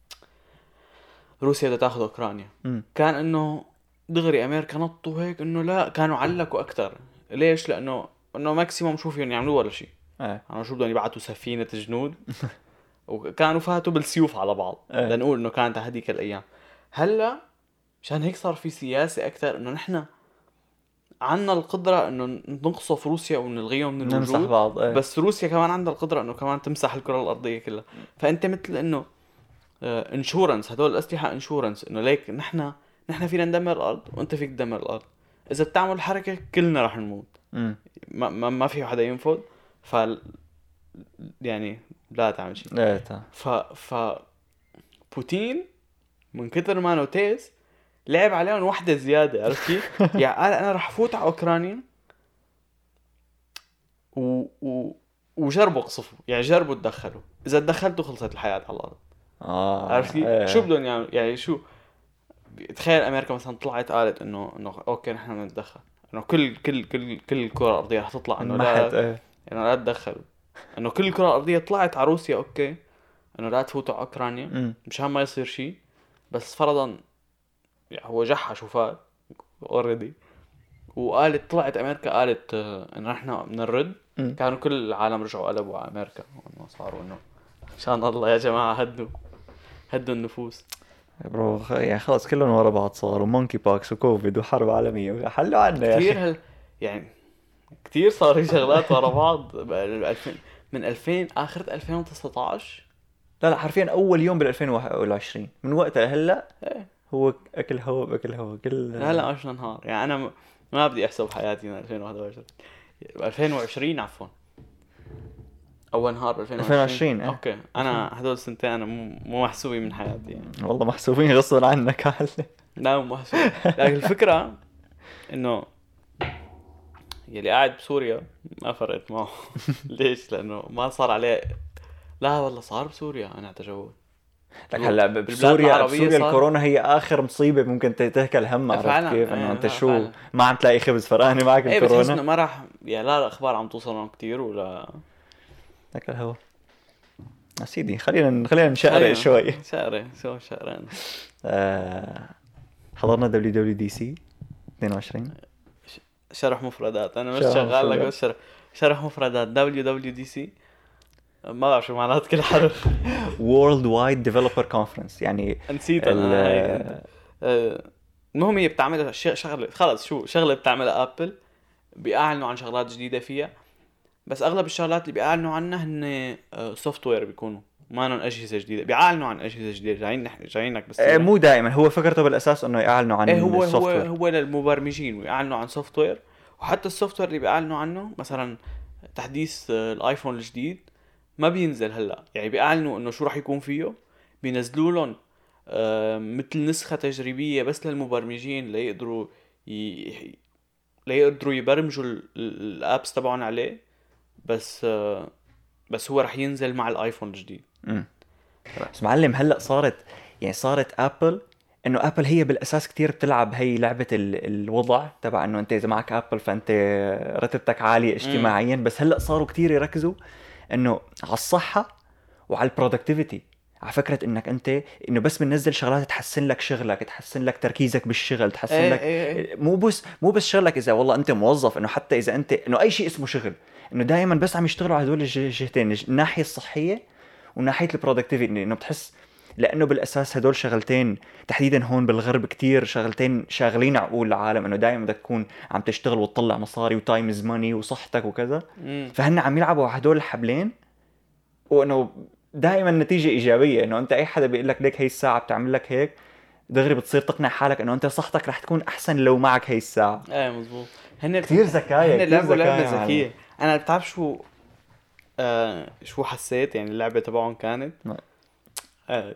روسيا بدها تاخذ اوكرانيا، م. كان انه دغري امريكا نطوا هيك انه لا كانوا علقوا اكثر. ليش؟ لانه انه ماكسيموم شو فيهم يعملوا ولا شيء. ايه انا شو بدهم يبعثوا سفينه جنود وكانوا فاتوا بالسيوف على بعض. ايه. لنقول انه كانت هذيك الايام. هلا مشان هيك صار في سياسه اكثر انه نحن عنا القدره انه نقصف روسيا ونلغيهم من نمسح الوجود. بعض. ايه. بس روسيا كمان عندها القدره انه كمان تمسح الكره الارضيه كلها. فانت مثل انه انشورنس، هدول الاسلحه انشورنس انه ليك نحن نحن فينا ندمر الارض وانت فيك تدمر الارض. اذا بتعمل حركه كلنا رح نموت. م. ما ما, ما في حدا ينفذ. ف يعني لا تعمل شيء. ايه تا. ف ف بوتين من كتر ما نوتيس لعب عليهم واحدة زيادة. عرفت كيف؟ يعني قال انا رح فوت على اوكرانيا و... و... وجربوا قصفوا، يعني جربوا تدخلوا. اذا تدخلتوا خلصت الحياة على الارض. اه عرفت كيف؟ ايه. شو بدهم يعملوا؟ يعني شو تخيل امريكا مثلا طلعت قالت انه انه اوكي نحن بدنا نتدخل، انه كل كل كل كل الكرة الارضية رح تطلع انه لا انمحت. ايه انه لا تدخلوا. انه كل الكره الارضيه طلعت على روسيا اوكي انه لا تفوتوا على اوكرانيا مم. مشان ما يصير شيء، بس فرضا يعني هو جحش وفات اوريدي، وقالت طلعت امريكا قالت آه، انه احنا بنرد، مم. كانوا كل العالم رجعوا قلبوا على امريكا، وانه صاروا انه عشان الله يا جماعه هدوا هدوا النفوس. برو خ- يعني خلاص كلهم ورا بعض صاروا مونكي باكس وكوفيد وحرب عالمية، حلوا عنا يا كثير أخي. هل يعني كثير صار شغلات ورا بعض بال- ألفين من ألفين اخر ألفين وتسعطعش. لا لا حرفيا أول يوم بال ألفين وواحد وعشرين من وقتها لهلا ايه هو أكل هوا بأكل هوا كل. هلا عشنا نهار يعني انا م- ما بدي احسب حياتي من ألفين وواحد وعشرين ألفين وعشرين عفوا اول نهار ب ألفين وعشرين. ألفين وعشرين إيه. اوكي انا هدول السنتين انا مو مو محسوبين من حياتي يعني. والله محسوبين غصبا عنك على. لا مو محسوبين، لكن الفكره انه يلي قاعد بسوريا ما فرقت معه. ليش؟ لانه ما صار عليه. لا والله صار بسوريا انا تجول. لك هلا بالبلاد بسوريا العربية بسوريا صار- الكورونا هي اخر مصيبه ممكن ت- تهكل هم، عرفت فعلاً، كيف؟ إيه، انه انت لا، شو فعلاً. ما عم تلاقي خبز فرقانه معك ايه بتحس انه الكورونا. ما راح يعني، لا الاخبار عم توصلنا كتير ولا اكل هوا يا سيدي. خلينا خلينا نشقرق خلينا- شوي. شقرة شو شقرين. آه، حضرنا دبليو دبليو دي سي اثنين وعشرين. شرح مفردات انا مش شرح شغال لك مفردات. بس شرح شرح مفردات دبليو دبليو دي سي. ما بعرف شو معنات كل حرف. وورلد وايد ديفلوبر كونفرنس يعني نسيت ال- انا هاي. آه، المهم هي بتعمل ش- شغله خلص شو شغله بتعملها ابل، بيعلنوا عن شغلات جديده فيها، بس اغلب الشغلات اللي بيعلنوا عنها هن سوفت وير، بيكونوا ما لهم اجهزه جديده. بيعلنوا عن اجهزه جديده جايين نح- جايينك بس آه، مو دائما هو فكرته بالاساس انه يعلنوا عن ايه هو السوفت هو وير. هو للمبرمجين ويعلنوا عن سوفت وير. وحتى السوفت وير اللي بيعلنوا عنه مثلا تحديث آه، الايفون الجديد ما بينزل هلا، يعني بيعلنوا انه شو راح يكون فيه، بينزلوا لهم آه، مثل نسخة تجريبية بس للمبرمجين ليقدروا ي... ليقدروا يبرمجوا ال- ال- الابس تبعهم عليه، بس آه، بس هو راح ينزل مع الايفون الجديد. مم. بس معلم هلا صارت يعني صارت ابل انه ابل هي بالاساس كتير بتلعب هي لعبه ال- الوضع تبع انه انت اذا معك ابل فانت رتبتك عاليه اجتماعيا. بس هلا صاروا كتير يركزوا انه على الصحه وعلى البرودكتيفيتي، على فكره انك انت انه بس بننزل شغلات تحسن لك شغلك، تحسن لك تركيزك بالشغل، تحسن إيه لك إيه إيه. مو بس مو بس شغلك اذا والله انت موظف، انه حتى اذا انت انه اي شيء اسمه شغل، انه دائما بس عم يشتغلوا على هدول الج- الجهتين، الناحيه الصحيه وناحيه البرودكتيفيتي. انه بتحس لانه بالاساس هدول شغلتين تحديدا هون بالغرب كتير شغلتين شاغلين عقول العالم، انه دائما بدك تكون عم تشتغل وتطلع مصاري وتايم از ماني وصحتك وكذا. مم. فهن عم يلعبوا على هدول الحبلين، وانه دائما نتيجه ايجابيه. انه انت اي حدا بيقول لك ليك هي الساعه بتعمل لك هيك، دغري بتصير تقنع حالك انه انت صحتك رح تكون احسن لو معك هي الساعه. ايه مزبوط. هن كتير ذكاية، هن كتير لعبوا ذكاية لعبة معلم. ذكية. انا بتعرف شو آه شو حسيت يعني اللعبة تبعهم كانت نعم. آه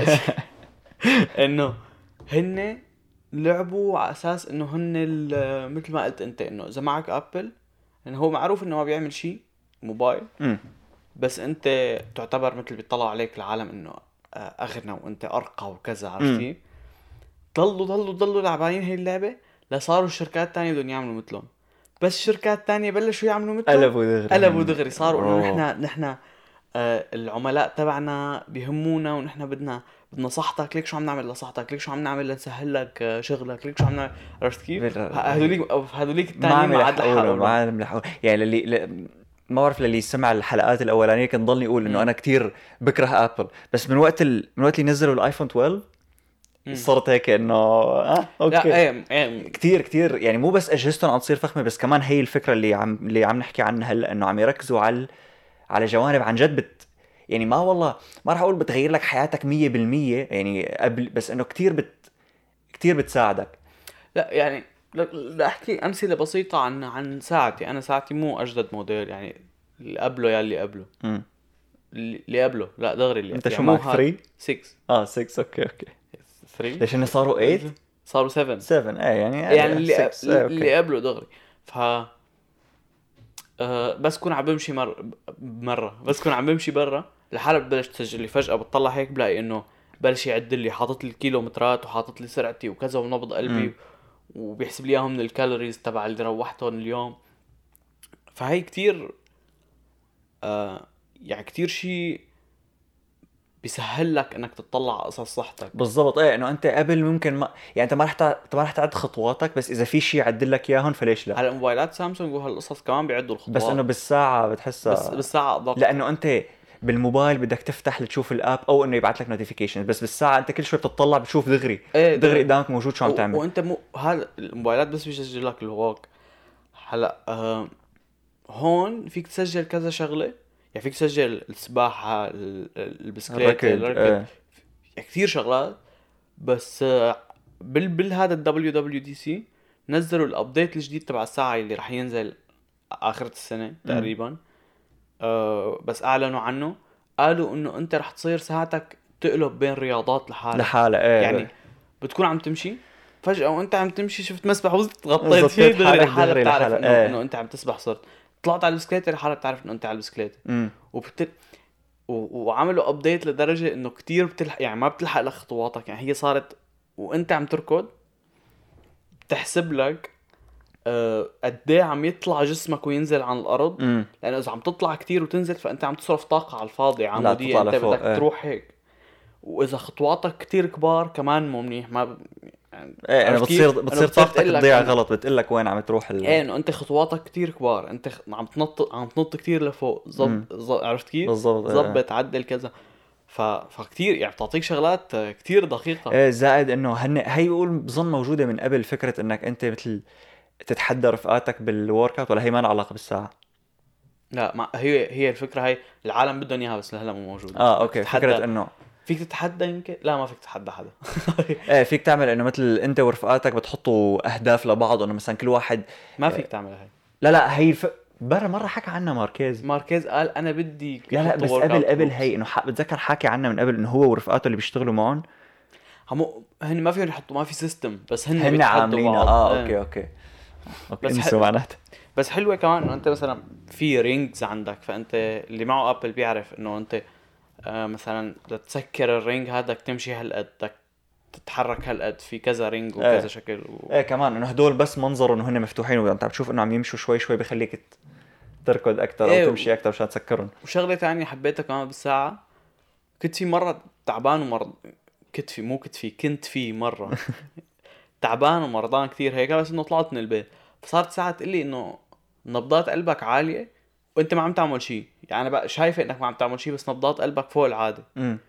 انه هن لعبوا على اساس انه هن ال- مثل ما قلت انت انه اذا معك ابل، انه هو معروف انه ما بيعمل شيء موبايل، امم بس انت تعتبر مثل بيطلع عليك العالم انه آه، اغنى وانت ارقى وكذا، عرفتي؟ ضلوا ضلوا ضلوا لعبانين هي اللعبة لصاروا الشركات الثانية بدهم يعملوا مثلهم، بس الشركات الثانية بلشوا يعملوا مثلهم قلبوا دغري قلبوا دغري صاروا انه أوه. نحن نحن آه العملاء تبعنا بيهمونا ونحن بدنا بدنا صحتك، ليك شو عم نعمل لصحتك، ليك شو عم نعمل لنسهل لك آه، شغلك، ليك شو عم نعمل، عرفت كيف؟ بال- هذوليك هذوليك ما عم الثانيين ما عاد يلحقونا، لحقوا ما عم يلحقونا. يعني اللي ل... ما بعرف للي سمع الحلقات الاولانيه كان ضلني يقول انه مم. انا كتير بكره ابل، بس من وقت ال... من وقت اللي نزلوا الايفون اثناشر مم. صرت هيك انه اه اوكي. لا ايه ايه كتير كتير يعني مو بس اجهزتهم عم تصير فخمه، بس كمان هي الفكره اللي عم اللي عم نحكي عنها هلا، انه عم يركزوا على على جوانب عن جد بت يعني ما والله ما راح اقول بتغير لك حياتك مية بالمية يعني قبل، بس انه كتير بت كتير بتساعدك. لا يعني ل- لاحكي امثله بسيطه عن عن ساعتي. انا ساعتي مو اجدد موديل يعني، اللي قبله يا اللي قبله امم اللي اللي قبله لا دغري اللي انت يعني شو مو معك هاد- ثري؟ ستة اه ستة اوكي اوكي. ثري ليش انه صاروا ثمانية؟ صاروا سبعة سبعة ايه يعني يعني اللي ستة ايه اللي اوكي. قبله دغري. ف أه بس كون عم بمشي مر... مرة بس كون عم بمشي برا الحالة ببلش تسجل لي، فجأة بتطلع هيك بلاقي انه بلش يعد لي، حاطط لي الكيلومترات وحاطط لي سرعتي وكذا ونبض قلبي مم. وبيحسب لي اياهم من الكالوريز تبع اللي روحتهم اليوم. فهي كتير آه يعني كتير شيء بيسهل لك انك تطلع على قصص صحتك. بالضبط. ايه انه انت قبل ممكن ما يعني انت ما رح تع... ما رح تعد خطواتك، بس اذا في شيء يعدل لك اياهم فليش لا. هلا موبايلات سامسونج وهالقصص كمان بيعدوا الخطوات، بس انه بالساعه بس بتحسها بالساعه ادق. لانه انت بالموبايل بدك تفتح لتشوف الاب او انه يبعث لك نوتيفيكيشن، بس بالساعه انت كل شوي بتطلع بتشوف دغري ايه دغري قدامك موجود شو عم و... تعمل. وانت مو هذا الموبايلات بس بيسجل لك الواق. هلا آه... هون فيك تسجل كذا شغله، يعني فيك تسجل السباحه، ال- البسكليت، الركض. الركض، ايه. يعني كثير شغلات. بس آه، بال بال هذا الدبليو دبليو دي سي نزلوا الابديت الجديد تبع الساعه اللي راح ينزل اخرة السنه تقريبا. آه بس اعلنوا عنه، قالوا انه انت رح تصير ساعتك تقلب بين رياضات لحالها لحالها. ايه يعني بتكون عم تمشي فجأة وانت عم تمشي شفت مسبح وزت غطيت غطيت فيه دغري حالك لحالك دغري بتعرف لحالك. انه ايه. انه انت عم تسبح، صرت طلعت على البسكليت لحالك بتعرف انه انت على البسكليت. امم وبت... و... وعملوا ابديت لدرجة انه كتير بتلحق، يعني ما بتلحق لك خطواتك، يعني هي صارت وانت عم تركض بتحسب لك آه، قد ايه عم يطلع جسمك وينزل عن الارض. امم لانه اذا عم تطلع كتير وتنزل فانت عم تصرف طاقة على الفاضي لا عمودية، تطلع انت لفوق. بدك ايه. تروح هيك. واذا خطواتك كتير كبار كمان مو منيح، ما ب... يعني ايه انا عرفت بتصير كيف؟ بتصير إنه بتصير طاقتك تقلك تضيع إنه- غلط، بتقلك وين عم تروح ال... ايه انه انت خطواتك كتير كبار، انت خ- عم تنط عم تنط كتير لفوق. زب... مم. ز... عرفت كيف؟ بالضبط. ايه. ظبط عدل كذا. ف... فكتير يعني بتعطيك شغلات آه، كتير دقيقة. ايه زائد انه هن هي بقول بظن موجوده من قبل فكره انك انت مثل تتحدى رفقاتك بالورك اوت، ولا هي ما لها علاقه بالساعه؟ لا ما هي هي الفكرة، هي العالم بدهم اياها بس لهلا مو موجودة. اه بدك اوكي. تتحدى. فكره انه فيك تتحدى يمكن، لا ما فيك تتحدى حدا. ايه فيك تعمل انه مثل انت ورفقاتك بتحطوا اهداف لبعض، انه مثلا كل واحد ما فيك تعملها هي. لا لا هي الف... برا مره حكى عنها ماركيز. ماركيز قال انا بدي لا لا يحطوا بس workout قبل قبل groups. هي انه ح... بتذكر حكي عنها من قبل انه هو ورفقاته اللي بيشتغلوا معهم همو هن ما فيهم يحطوا، ما في سيستم، بس هن هن بيتحدوا عاملينها. بعض. اه إيه. اوكي اوكي اوكي بس انسوا ح- معناتها. بس حلوه كمان انه انت مثلا في رينجز عندك، فانت اللي معه ابل بيعرف انه انت آه مثلا لتسكر الرينج هذا بدك تمشي هالقد، بدك تتحرك هالقد في كذا رينج وكذا إيه. شكل و... ايه كمان انه هدول بس منظر انه هن مفتوحين وانت عم تشوف انه عم يمشوا شوي شوي بخليك ت- تركض اكثر او إيه تمشي و- اكثر مشان تسكرهم. وشغله تانية حبيتها كمان بالساعه، كنت في مره تعبان ومرض، كنت في مو كنت في كنت في مره تعبان ومرضان كثير هيك، بس انه طلعت من البيت فصارت ساعه تقول لي انه نبضات قلبك عاليه وانت ما عم تعمل شيء، يعني انا بقى شايفه انك ما عم تعمل شيء بس نبضات قلبك فوق العاده. امم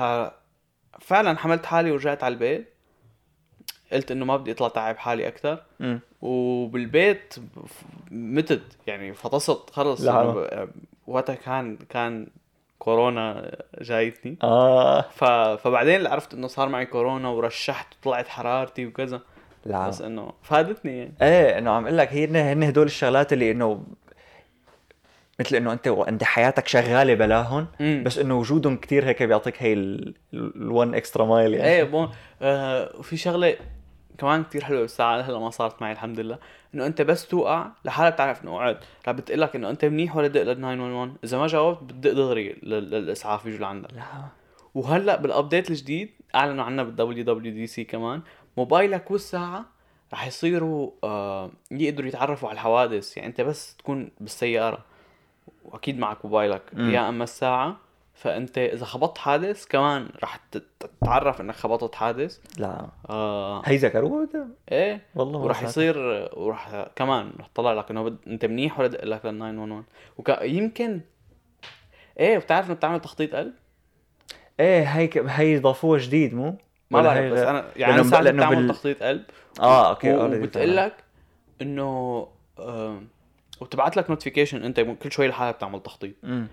ففعلا حملت حالي ورجعت على البيت، قلت انه ما بدي اطلع تعب حالي اكثر، امم وبالبيت ف- متت يعني فطست خلص. لا. إنه ب- وقتها كان كان كورونا جايتني. اه ف... فبعدين اللي عرفت انه صار معي كورونا ورشحت وطلعت حرارتي وكذا، لا. بس انه فادتني يعني. ايه انه عم اقول لك هي هن هدول الشغلات اللي انه مثل انه انت انت حياتك شغاله بلاهم، مم. بس انه وجودهم كتير هيك بيعطيك هي الون اكسترا مايل يعني. ايه بون آه وفي شغله كمان كتير حلوه بالساعه هلا ما صارت معي الحمد لله، انه انت بس توقع لحالك بتعرف انه قعد، رح بتقلك انه انت منيح ولا دق لل تسعة واحد واحد، اذا ما جاوبت بتدق دغري لل- للاسعاف يجوا لعندك. لا. وهلا بالابديت الجديد اعلنوا عنها بالدبليو دبليو دي سي كمان، موبايلك والساعه رح يصيروا آه يقدروا يتعرفوا على الحوادث، يعني انت بس تكون بالسياره واكيد معك موبايلك مم. يا اما الساعه، فانت اذا خبطت حادث كمان رح تت- تتعرف انك خبطت حادث. لا آه هي ذكروه ده؟ ايه والله ما ورح سمعت. يصير ورح كمان رح تطلع لك انه بد... انت منيح ولا دق لك لل تسعة واحد واحد وك... يمكن ايه بتعرف انه بتعمل تخطيط قلب. ايه هي ك... هي ضافوها جديد مو؟ ما ولا بعرف هي بس لا؟ انا يعني لأنه- انا ساعات لأنه بتعمل بال- تخطيط قلب اه اوكي و... already وبتقول بتعمل. لك انه آه... وبتبعت لك نوتيفيكيشن انت كل شوي لحالك بتعمل تخطيط، امم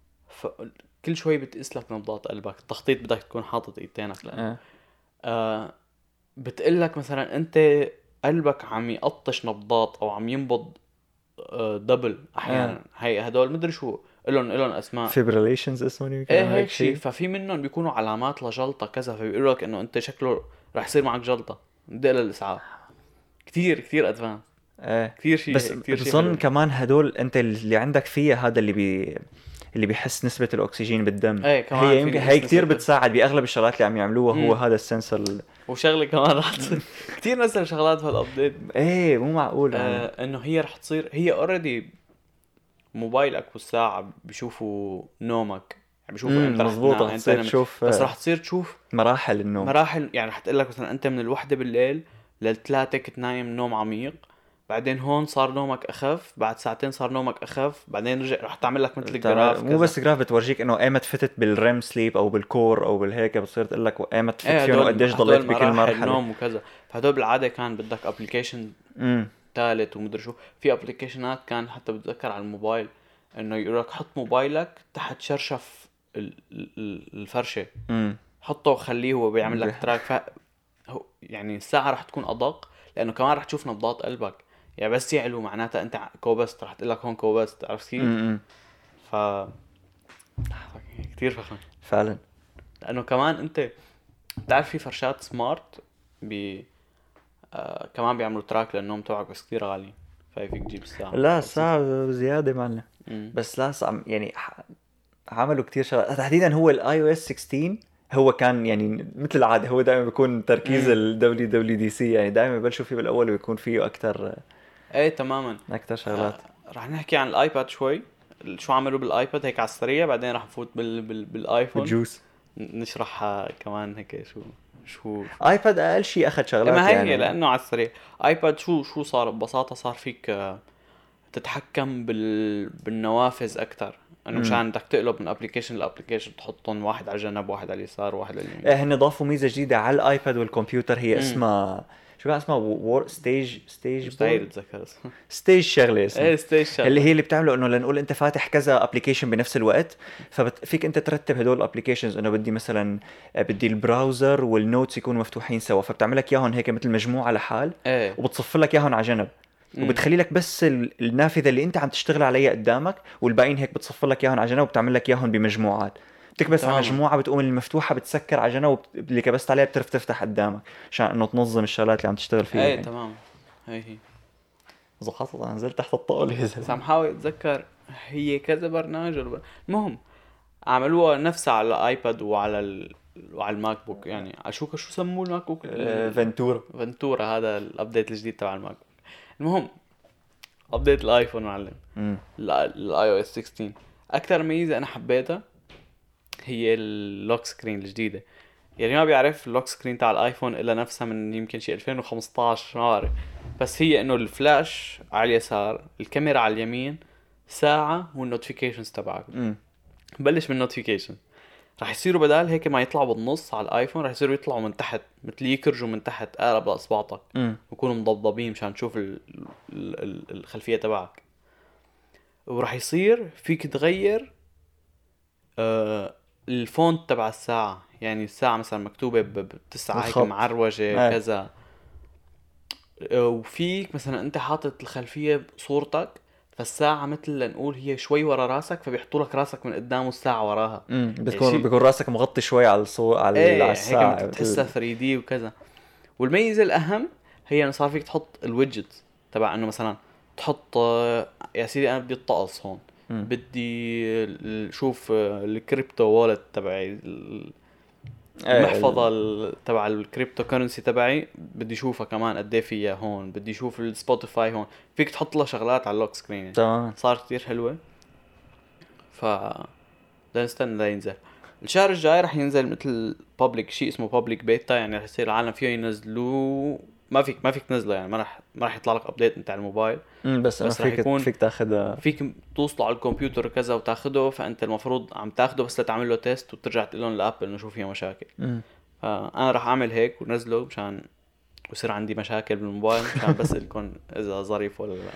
فكل شوي بتقيس لك نبضات قلبك، التخطيط بدك تكون حاطط ايدينك لانه ايه آه بتقول لك مثلا انت قلبك عم يقطش نبضات او عم ينبض آه دبل احيانا. هي هدول مدري شو لهم لهم اسماء. فيبريليشنز اسمه يمكن ايه هيك شيء، ففي منهم بيكونوا علامات لجلطه كذا، فبيقولوا لك انه انت شكله رح يصير معك جلطه دق للاسعاف. كثير كثير ادفانس، ايه كثير شيء بس كثير شيء بظن حلو. كمان هدول انت اللي عندك فيها هذا اللي بي اللي بيحس نسبة الأكسجين بالدم. ايه كمان هي في يمكن نسبة هي كتير ال- بتساعد بأغلب الشغلات اللي عم يعملوها. هو مم. هذا السنسر ال... وشغله كمان رح تصير كثير نزل شغلات بهالابديت ايه مو معقول. آه. آه انه هي رح تصير، هي اوريدي موبايلك والساعه بيشوفوا نومك، يعني بيشوفوا امم امتى رح مزبوط، تنام رح امتى تصير نمت. تشوف بس آه، رح تصير تشوف مراحل النوم. مراحل، يعني رح تقول لك مثلا انت من الوحده بالليل للثلاثه كنت نايم نوم عميق، بعدين هون صار نومك اخف، بعد ساعتين صار نومك اخف، بعدين رجع رح تعمل لك مثل بتعمل الجراف مو كذا. بس جراف، بتورجيك انه ايمت فتت بالريم سليب او بالكور او بالهيك، بتصير تقول لك ايمت تفوت ايه فيهم هدول وقديش ضليت هدول بكل مراحل مرحله. نوم وكذا. فهدول بالعاده كان بدك ابلكيشن امم ثالث ومدري شو. في ابلكيشنات كان حتى بتذكر على الموبايل انه يقول لك حط موبايلك تحت شرشف ال- ال- ال- الفرشه، امم حطه وخليه هو بيعمل لك تراك. ف هو- يعني الساعه رح تكون ادق، لانه كمان رح تشوف نبضات قلبك، يعني بس يعلو معناتها انت كوبست، رح تقول لك هون كوبست، عرفت كيف؟ امم ف كثير فخم. فعلا. لانه كمان انت بتعرف في فرشات سمارت بي آه كمان بيعملوا تراك للنوم تبعك، بس كثير غالي، فيك تجيب الساعه لا رخيصة. الساعه زياده معنا، مم. بس لا صعب يعني ح- عملوا كتير شغلات. تحديدا هو الاي او اس ستة عشر هو كان يعني مثل العاده، هو دائما بيكون تركيز مم. ال دبليو دبليو دي سي، يعني دائما ببلشوا فيه بالاول ويكون فيه اكثر ايه تماما. اكثر آه شغلات. رح نحكي عن الايباد شوي، شو عملوا بالايباد هيك على السريع، بعدين رح نفوت بال... بال... بالايفون بالجوس. نشرح كمان هيك شو شو ايباد اقل شيء اخذ إيه شغلات ما هي يعني. لانه على السريع. ايباد شو شو صار ببساطه، صار فيك آه، تتحكم بال... بالنوافذ اكثر، انه امم مشان بدك تقلب من ابلكيشن لابلكيشن تحطهم واحد على الجنب واحد على اليسار واحد على اليمين. ايه هن ضافوا ميزه جديده على الايباد والكمبيوتر، هي امم اسمها شو كان اسمها؟ وور ستيج ستيج مستحيل بورد اتذكر اسمه. ستيج شغله اسمها. ايه ستيج اللي شغله. هي اللي بتعمله انه لنقول انت فاتح كذا ابلكيشن بنفس الوقت، ففيك انت ترتب هدول الابلكيشنز، انه بدي مثلا بدي البراوزر والنوتس يكونوا مفتوحين سوا، فبتعمل لك اياهم هيك مثل مجموعه لحال، ايه وبتصف لك اياهم على جنب، امم وبتخلي لك بس ال- النافذه اللي انت عم تشتغل عليها قدامك، والباقيين هيك بتصف لك اياهم على جنب وبتعمل لك اياهم بمجموعات. بتكبس على تماما. مجموعه، بتقوم المفتوحه بتسكر على جنب، وبت- اللي كبست عليها بتعرف تفتح قدامك، عشان انه تنظم الشغلات اللي عم تشتغل فيها ايه يعني. تماما. هي هي زخطت انا نزلت تحت الطاوله يا بس عم زلمه. حاول اتذكر هي كذا برنامج ولا بر- المهم عملوها نفسها على الايباد وعلى ال... وعلى الماك بوك، يعني على شو شو سموه الماك بوك آه، ال- فنتورا. فنتورا، هذا الابديت الجديد تبع الماك بوك. المهم ابديت الايفون معلم، امم الاي او اس ستة عشر، اكثر ميزه انا حبيتها هي اللوك سكرين الجديده. يعني ما بيعرف اللوك سكرين تاع الايفون الا نفسها من يمكن شي ألفين وخمسطعش ما بعرف، بس هي انه الفلاش على اليسار، الكاميرا على اليمين، ساعه والنوتيفيكيشنز تبعك. امم بلش من النوتيفيكيشن، رح يصيروا بدال هيك ما يطلعوا بالنص على الايفون، رح يصيروا يطلعوا من تحت، مثل يكرجوا من تحت اقرب لاصبعتك، امم ويكونوا مضبضبين مشان تشوف ال... ال... ال- الخلفيه تبعك. ورح يصير فيك تغير آه الفونت تبع الساعة، يعني الساعة مثلا مكتوبة ب- بتسعة هيك الخط. معروجة ايه كذا. آه وفيك مثلا انت حاطط الخلفية صورتك، فالساعة مثل لنقول هي شوي ورا راسك، فبيحطوا لك راسك من قدام والساعة وراها. امم يعني بتكون شيء بيكون راسك مغطي شوي على الصو على ال- على ايه هيك الساعه مثل بتحسها مثل. ثري دي وكذا. والميزة الأهم هي انه صار فيك تحط الويدجت تبع انه مثلا تحط آه، يا سيدي انا بدي الطقس هون، امم بدي ال- شوف آه، الكريبتو والت تبعي، ال- ايه المحفظة ال... ال- تبع الكريبتو كرنسي تبعي بدي اشوفها كمان قد ايه فيها هون، بدي اشوف السبوتيفاي هون، فيك تحط لها شغلات على اللوك سكرين يعني. تمام. صار كتير حلوة. ف بدنا نستنى لينزل الشهر الجاي. رح ينزل مثل بابليك شيء اسمه بابليك بيتا، يعني رح يصير العالم فيه ينزلوه، ما فيك ما فيك تنزله، يعني ما رح ما رح يطلع لك ابديت انت على الموبايل، امم بس انه بس رح فيك يكون فيك تاخذها. فيك توصله على الكمبيوتر كذا وتاخده. فانت المفروض عم تاخده بس لتعمل له تيست وترجع تقول لهم لابل انه شو فيه مشاكل. امم فانا راح اعمل هيك ونزله مشان يصير عندي مشاكل بالموبايل، مشان بس لكم اذا ظريف ولا لا.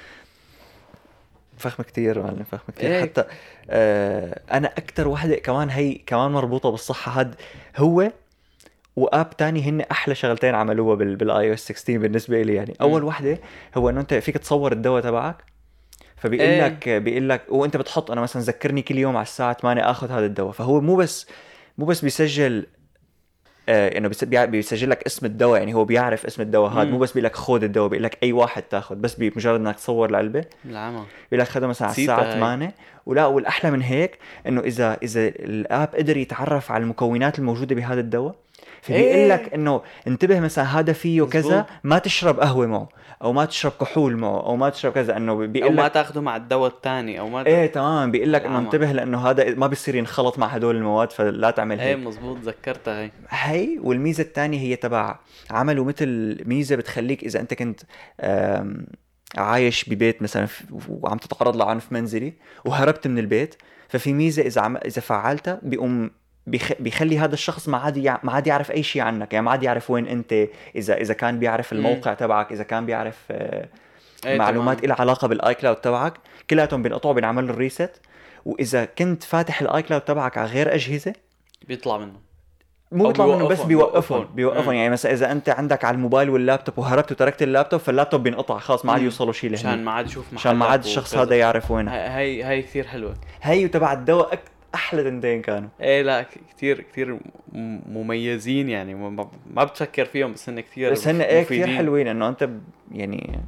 فخم كتير معلم، فخم كتير. ايه حتى آه انا اكتر وحده كمان هي كمان مربوطه بالصحه، هاد هو واب تاني هن احلى شغلتين عملوها بال بالاي او اس ستة عشر بالنسبه لي. يعني اول امم وحده هو انه انت فيك تصور الدواء تبعك، فبيقول ايه لك بيقول لك وانت بتحط انا مثلا ذكرني كل يوم على الساعه ثمانية اخذ هذا الدواء، فهو مو بس مو بس بيسجل آه انه بيس- بيع- بيسجل لك اسم الدواء، يعني هو بيعرف اسم الدواء هذا، مو امم بس بيقول لك خذ الدواء، بيقول لك اي واحد تاخذ، بس بمجرد انك تصور العلبه العمى بيقول لك خذها مثلا على الساعه نسيتها هاي. ثمانية. ولا والاحلى من هيك انه اذا اذا الاب قدر يتعرف على المكونات الموجوده بهذا الدواء، فبيقول لك انه انتبه مثلا هذا فيه كذا، مزبوط. ما تشرب قهوه معه او ما تشرب كحول معه او ما تشرب كذا، انه او بيقول ما لك تاخده مع الدواء الثاني او ما ايه تمام، بيقول لك انه العمى. انتبه لانه هذا ما بيصير ينخلط مع هدول المواد، فلا تعمل ايه هيك. مزبوط، ذكرتها هي. هي والميزه الثانيه هي تبع عملوا مثل ميزه بتخليك اذا انت كنت آم، عايش ببيت مثلا ف- وعم تتعرض لعنف منزلي وهربت من البيت، ففي ميزه اذا عم اذا فعلتها بيقوم بيخ... بيخلي هذا الشخص ما عاد يع... ما عاد يعرف اي شيء عنك، يعني ما عاد يعرف وين انت، اذا اذا كان بيعرف الموقع تبعك، اذا كان بيعرف آه، ايه معلومات تمام. لها علاقه بالاي كلاود تبعك، كلياتهم بينقطعوا، بينعمل الريست. واذا كنت فاتح الاي كلاود تبعك على غير اجهزه بيطلع منه. مو أو بيطلع منه، بس بيوقفهم- بيوقفهم بيوقفهم. بيوقفهم مم. يعني مثلا اذا انت عندك على الموبايل واللابتوب وهربت وتركت اللابتوب، فاللابتوب بينقطع خلاص، ما عاد مم. يوصلوا شيء مشان لهني، ما عاد يشوف عشان ما عاد محلك الشخص وكذا. هذا يعرف وينك. هاي هاي هاي كثير حلوه. هي وتبع الدواء أك... احلى تنتين كانوا. ايه لا ك- كتير كتير م- مميزين يعني، ما ما بتفكر فيهم بس هن كتير بس هن ايه مفيدين. كثير حلوين، انه انت ب... يعني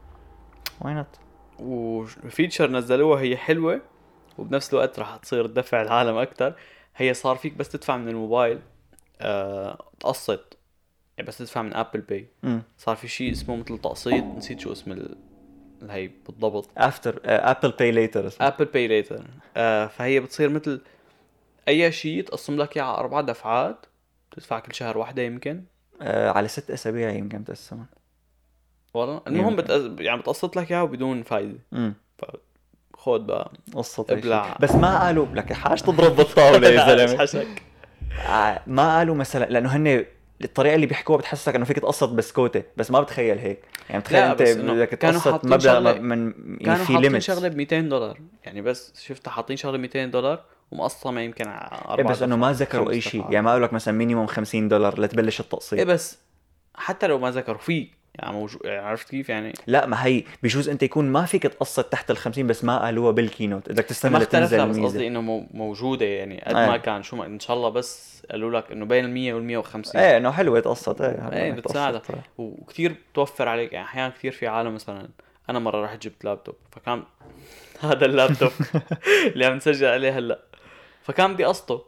واي نوت. وفيتشر نزلوها هي حلوه، وبنفس الوقت راح تصير تدفع العالم اكتر. هي صار فيك بس تدفع من الموبايل أه... تقسط، يعني بس تدفع من ابل باي. امم صار في شيء اسمه مثل تقسيط، نسيت شو اسم ال... هي بالضبط. افتر ابل باي ليتر اسمه. ابل باي ليتر. آه فهي بتصير مثل اي شيء تقسم لك اياه على اربع دفعات، تدفع كل شهر واحده يمكن. آه على ست اسابيع يمكن تقسمها. والله المهم يمكن. بتأز... يعني بتقسط لك اياه بدون فايده. امم خود بقى قصة ابلع. بس ما قالوا لك حاج تضرب بالطاوله يا زلمه. حشك. آه، ما قالوا مثلا، لانه هن الطريقه اللي بيحكوها بتحسسك انه فيك تقسط بسكوته، بس ما بتخيل هيك، يعني بتخيل لا، انت بس إنه بدك كانوا تقسط حاطين مبلغ شغلة- من يعني كانوا في حاطين ليميت. شغله ب مئتين دولار يعني، بس شفتها حاطين شغله مئتين دولار ومقسطه ما يمكن على إيه اربع بس انه ما دفعات، ذكروا خمس اي شيء، دفعات. يعني ما قالوا لك مثلا مينيموم خمسين دولار لتبلش التقسيط. ايه بس حتى لو ما ذكروا فيه يعني موجود، يعني عرفت كيف يعني. لا ما هي بجوز انت يكون ما فيك تقسط تحت ال خمسين، بس ما قالوها بالكينوت، بدك تستنى ما لتنزل اختلفنا، بس الميزه. قصدي انه مو- موجوده يعني قد ايه. ما كان شو ما ان شاء الله، بس قالوا لك انه بين ال مية وال مية وخمسين. ايه انه حلوه تقسط. ايه ايه إنك بتساعدك تقسط. وكثير بتوفر عليك يعني. احيانا كثير في عالم مثلا، انا مره رحت جبت لابتوب، فكان هذا اللابتوب اللي عم نسجل عليه هلا، فكان بدي قسطه،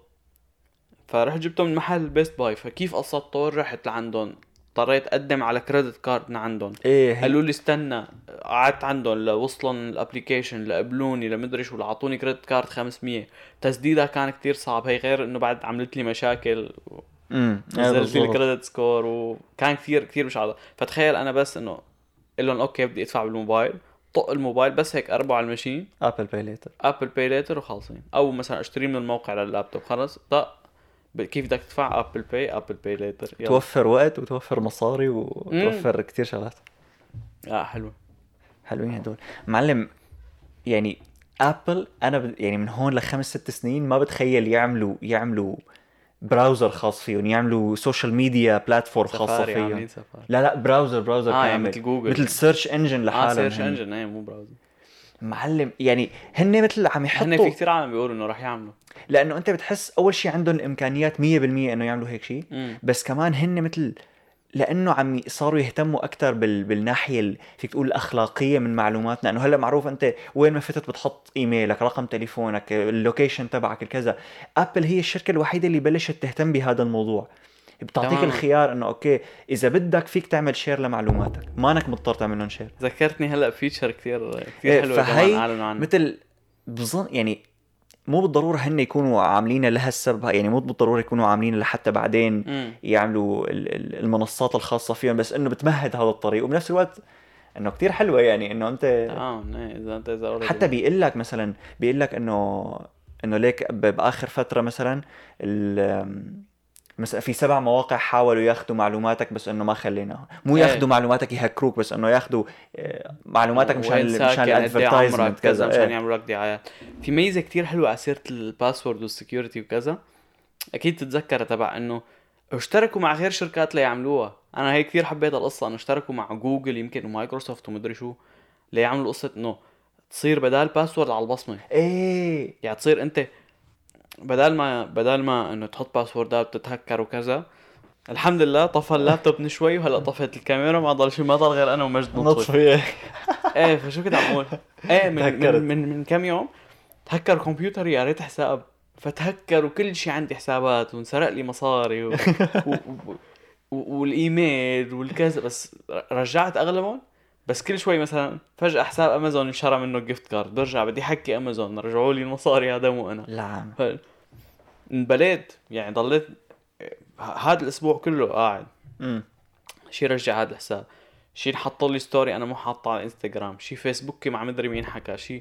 فرحت جبته من محل بيست باي. فكيف قسطته؟ رحت لعندهم، اضطريت اقدم على كريدت كارد من عندهم. ايه هي قالوا لي استنى، قعدت عندهم لوصلن الابليكيشن، لقبلوني لمدري شو، لعطوني كريدت كارد خمسمية. تسديدها كان كتير صعب هي، غير انه بعد عملت لي مشاكل، امم إيه نزلت لي بالضبط. الكريدت سكور، وكان كثير كثير مش عادة. فتخيل انا بس انه قل لهم اوكي بدي ادفع بالموبايل، طق الموبايل بس هيك اربعه على الماشين، ابل باي ليتر. ابل باي ليتر وخالصين. او مثلا اشتري من الموقع لللابتوب، خلص طق ب- كيف بدك تدفع؟ ابل باي، ابل باي ليتر. توفر وقت وتوفر مصاري وتوفر كتير شغلات. اه حلو. حلوين هدول معلم. يعني ابل انا ب... يعني من هون لخمس ست سنين ما بتخيل يعملوا يعملوا براوزر خاص فيهم، يعملوا سوشيال ميديا بلاتفورم خاصه سفاري، فيهم. عاملين سفاري. لا لا براوزر براوزر اه يعني كامل مثل جوجل، مثل سيرش انجن اه لحالهم. سيرش هن. انجن، ايه مو براوزر. معلم يعني هن مثل عم هن يحطوا، في كثير عالم بيقولوا انه رح يعملوا. لانه انت بتحس اول شيء عندهم الامكانيات مية بالمية انه يعملوا هيك شيء، امم بس كمان هن مثل لانه عم ي- صاروا يهتموا اكثر بال... بالناحيه ال... فيك تقول الاخلاقيه من معلوماتنا، انه هلا معروف انت وين ما فتت بتحط ايميلك، رقم تليفونك، اللوكيشن تبعك، الكذا. ابل هي الشركه الوحيده اللي بلشت تهتم بهذا الموضوع، بتعطيك تماماً. الخيار انه اوكي اذا بدك فيك تعمل شير لمعلوماتك، ما انك مضطر تعمل لهم شير. ذكرتني هلا فيتشر كثير إيه، كثير حلوه فهي كمان اعلنوا عنها. مثل بظن يعني مو بالضروره هن يكونوا عاملينها لها السبب، يعني مو بالضروره يكونوا عاملينها لحتى بعدين امم يعملوا ال- ال- المنصات الخاصة فيهم، بس انه بتمهد هذا الطريق، وبنفس الوقت انه كتير حلوة يعني انه انت تمام. ايه اذا انت اذا already- حتى بيقول لك مثلا بيقول لك انه انه ليك ب- باخر فترة مثلا ال- مثلا في سبع مواقع حاولوا ياخذوا معلوماتك بس انه ما خليناهم، مو إيه. ياخذوا معلوماتك يهكروك، بس انه ياخذوا آه، معلوماتك مشان وين ال- ساكن، مشان قد إيه الادفرتايزمنت عمرك، كذا، مشان كذا. يعملوا لك دعايات. في ميزه كتير حلوه على سيره الباسورد والسكيورتي وكذا، اكيد تتذكر تبع انه اشتركوا مع غير شركات ليعملوها. انا هيك كثير حبيت القصه، انه اشتركوا مع جوجل يمكن ومايكروسوفت ومدري شو، ليعملوا قصه انه تصير بدال باسورد على البصمه. ايه يعني تصير انت بدل ما بدل ما انه تحط باسوردات بتتهكر وكذا. الحمد لله طفى اللابتوب من شوي، وهلا طفت الكاميرا، ما ضل شيء، ما ضل غير انا ومجد نطفي. نطفي. ايه فشو كنت عم اقول؟ ايه من تهكرت. من, من من كم يوم تهكر كمبيوتري، يا ريت حساب فتهكر وكل شيء عندي حسابات وانسرق لي مصاري و... و... و... و... والايميل والكذا، بس رجعت اغلبهم. بس كل شوي مثلا فجأة حساب امازون انشرى منه جيفت كارد، برجع بدي حكي امازون رجعوا لي المصاري، هذا مو انا. لا ف... انبليت يعني، ضليت هذا الاسبوع كله قاعد امم شي رجع هذا الحساب، شي نحط لي ستوري انا مو حاطه على الانستغرام، شي فيسبوك ما مدري مين حكى شي.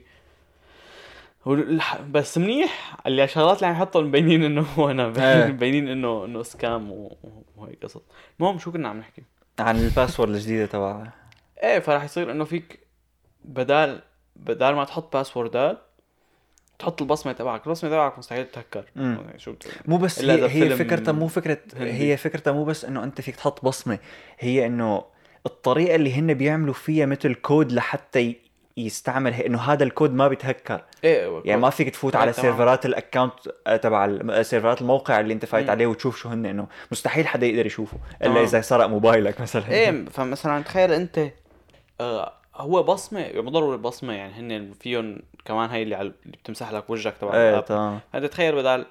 بس منيح اللي شغلات اللي عم يحطهم مبينين انه هو انا، مبينين انه انه سكام وهيك قصص. المهم شو كنا عم نحكي عن الباسورد الجديده تبعها. ايه، فراح يصير انه فيك بدال بدال ما تحط باسوردات تحط البصمه تبعك. البصمه تبعك مستحيل تهكر يعني، شو مو بس هي, هي فكرتها مو فكره هندي. هي فكرتها مو بس انه انت فيك تحط بصمه، هي انه الطريقه اللي هن بيعملوا فيها مثل كود لحتى يستعمل، انه هذا الكود ما بيتهكر. إيه يعني ما فيك تفوت على سيرفرات الاكونت تبع سيرفرات الموقع اللي انت فايت عليه وتشوف شو هن، انه مستحيل حدا يقدر يشوفه الا اذا سرق موبايلك مثلا. ايه، فمثلا تخيل انت آه هو بصمه، بضروا البصمه يعني هن فيهم كمان هاي اللي, اللي بتمسح لك وجهك تبع ايه الاب. تمام. انت تخيل بدل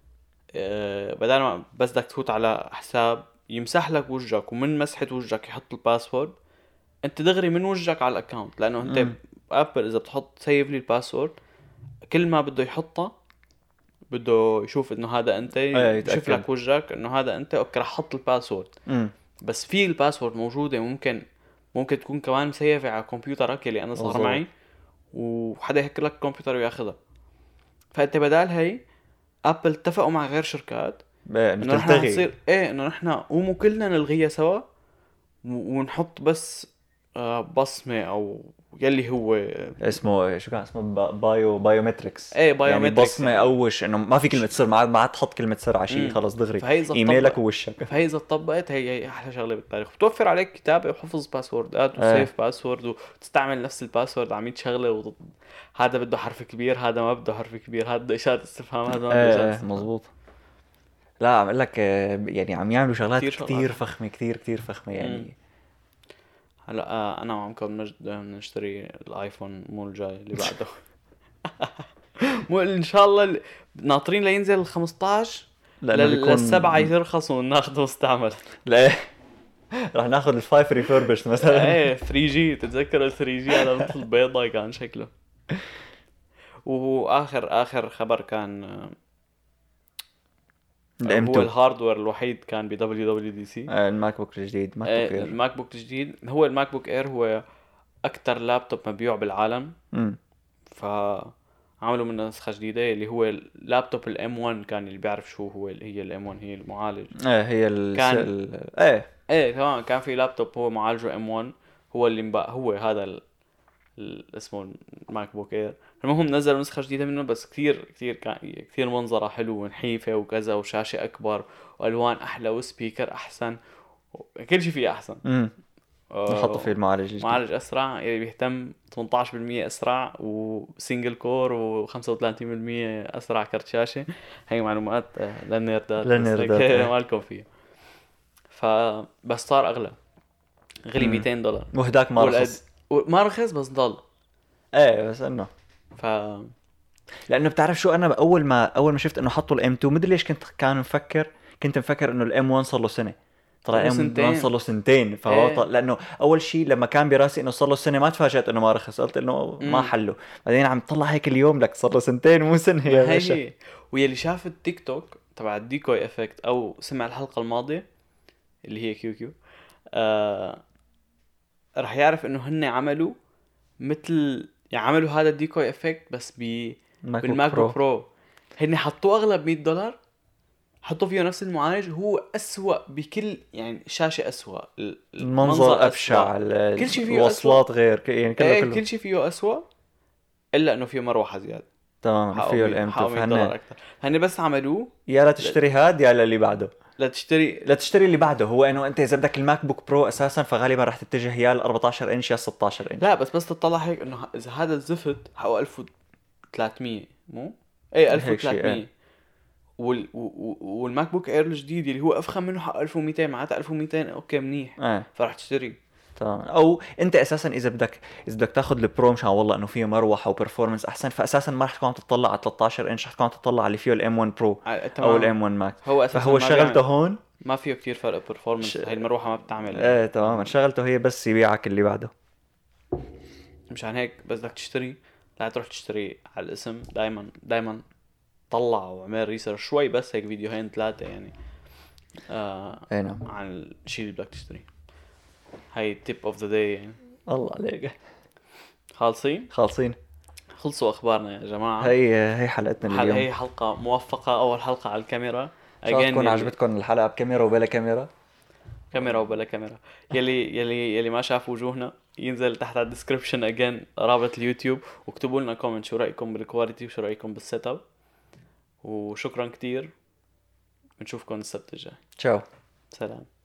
آه بدل ما بس بدك تفوت على حساب يمسح لك وجهك، ومن مسحه وجهك يحط الباسورد، انت دغري من وجهك على الاكونت، لانه انت م. ابل اذا بتحط سيف لي الباسورد كل ما بده يحطه بده يشوف انه هذا انت، يشوف لك وجهك انه هذا انت، اوكي رح احط الباسورد. م. بس في الباسورد موجوده، ممكن ممكن تكون كمان مسيفه على كمبيوترك اللي انا صار أوزو. معي، وحدا يهكر لك الكمبيوتر وياخذها. فانت بدال هي ابل اتفقوا مع غير شركات انه نحن نصير ايه انه نحن قوموا كلنا نلغيها سوا ونحط بس بصمه او يلي هو اسمه شو كان اسمه بايو بايومتريكس. ايه بايومتريكس يعني بصمه يعني. اوش انه ما في كلمه سر، ما عاد ما عاد تحط كلمه سر على شيء، خلص دغري ايميلك ووشك. فهي اذا طبقت هي, هي احلى شغله بالتاريخ، بتوفر عليك كتابه وحفظ باسوردات وسيف اه. باسورد، وتستعمل نفس الباسورد على مية شغله، و... هذا بده حرف كبير، هذا ما بده حرف كبير، هذا بده اشاره استفهام، هذا ما بده اشاره استفهام. مزبوط. لا عم اقول لك يعني عم يعملوا شغلات كتير, كتير فخمه كتير كتير فخمه يعني. مم. هلا آه انا وعمكم نجد نشتري الايفون مو الجاي اللي بعده. مو ان شاء الله ناطرين لينزل ال خمسطعش للسبعة يرخص وناخذه مستعمل. لا راح ناخذ الفايف ريفربش مثلا. ايه ثري جي، تتذكر ال ثري جي هذا مثل بيضاء كان شكله. واخر اخر خبر كان هو الهاردوير الوحيد كان ب دبليو دبليو دي سي، الماك بوك الجديد. ماك بوك اير. الماك بوك الجديد هو الماك بوك اير، هو اكثر لابتوب مبيوع بالعالم. امم فعملوا منه نسخه جديده اللي هو اللابتوب الام واحد. كان اللي بيعرف شو هو اللي هي الام واحد، هي المعالج. ايه هي ال كان ال... ايه ايه تمام. كان في لابتوب هو معالجه ام واحد، هو اللي مبقى هو هذا ال... ال... اسمه الماك بوك اير. المهم نزلوا نسخه جديده منه، بس كثير كثير كان كثير منظره حلو ونحيفه وكذا، وشاشه اكبر والوان احلى وسبيكر احسن، كل شيء فيه احسن. امم نحط فيه المعالج الجديد، معالج اسرع اللي بيهتم ثمانية عشر بالمية اسرع، وسنجل كور، و35% اسرع كرت شاشه. هي معلومات للنيردات للنيردات مالكم فيها. فبس صار اغلى، غلي مئتين دولار، وهداك ما رخص. ما رخص بس ضل. ايه بس انه ف لانه بتعرف شو، انا اول ما اول ما شفت انه حطوا الام اتنين مدري ليش كنت كان مفكر كنت مفكر انه الام واحد صار له سنه، طلع ام واحد صار له سنتين. فهو ايه. لانه اول شيء لما كان براسي انه صار له سنه ما تفاجأت انه ما رخص، قلت انه ما حله. بعدين عم طلع هيك اليوم لك صار له سنتين مو سنه يا باشا. ويلي شاف التيك توك تبع الديكوي افكت او سمع الحلقه الماضيه اللي هي كيو كيو آه... رح يعرف انه هن عملوا مثل يعني عملوا هذا الديكوي افكت بس ب بالماك بوك برو. هن حطوه اغلب مية دولار، حطوا فيه نفس المعالج، هو أسوأ بكل يعني الشاشة أسوأ، المنظر أبشع، كل شيء فيه وصلات غير يعني كله ايه كله. كل شيء فيه أسوأ إلا إنه فيه مروحة زيادة. تمام فيه الام تو فهن هن بس عملوه يا لا تشتري هاد يا اللي بعده، لا تشتري لا تشتري اللي بعده. هو انه انت اذا بدك الماك بوك برو اساسا فغالبا راح تتجه يا ال أربعة عشر انش يا ستة عشر انش. لا بس بس تطلع هيك انه اذا هذا الزفت حقه ألف وثلاثمية مو ايه ألف وثلاثمية ايه. وال والماك بوك اير الجديد اللي هو افخم منه حق ألف ومئتين، معناتها ألف ومئتين اوكي منيح اه. فرح تشتري. تمام. او انت اساسا اذا بدك اذا بدك تاخذ البرو مشان والله انه فيه مروحه وبرفورمانس احسن، فاساسا ما رح تكون عم تطلع على ثلاثة عشر انش، رح تكون عم تطلع على اللي فيه الام واحد برو ع- او تمام. الام واحد ماكس. هو اساسا فهو ما شغلته بيعمل- هون. ما فيه كتير فرق برفورمانس، ش- هاي المروحه ما بتعمل. ايه تماما، شغلته هي بس يبيعك اللي بعده. مشان هيك بس بدك تشتري لا تروح تشتري على الاسم، دايما دايما طلع وعمل ريسيرش شوي، بس هيك فيديوهين ثلاثه يعني آه اي نعم. عن الشيء اللي بدك تشتريه. هاي تيب اوف ذا داي يعني. الله عليك. خالصين خالصين. خلصوا اخبارنا يا جماعه. هي هي حلقتنا حل اليوم. هي حلقه موفقه، اول حلقه على الكاميرا. ان شاء الله تكون يلي- عجبتكم الحلقه بكاميرا وبلا كاميرا. كاميرا وبلا كاميرا. يلي يلي يلي ما شاف وجوهنا ينزل تحت على الديسكربشن اجين رابط اليوتيوب، واكتبوا لنا كومنت شو رايكم بالكواليتي وشو رايكم بالسيت اب. وشكرا كتير، بنشوفكم السبت الجاي. تشاو. سلام.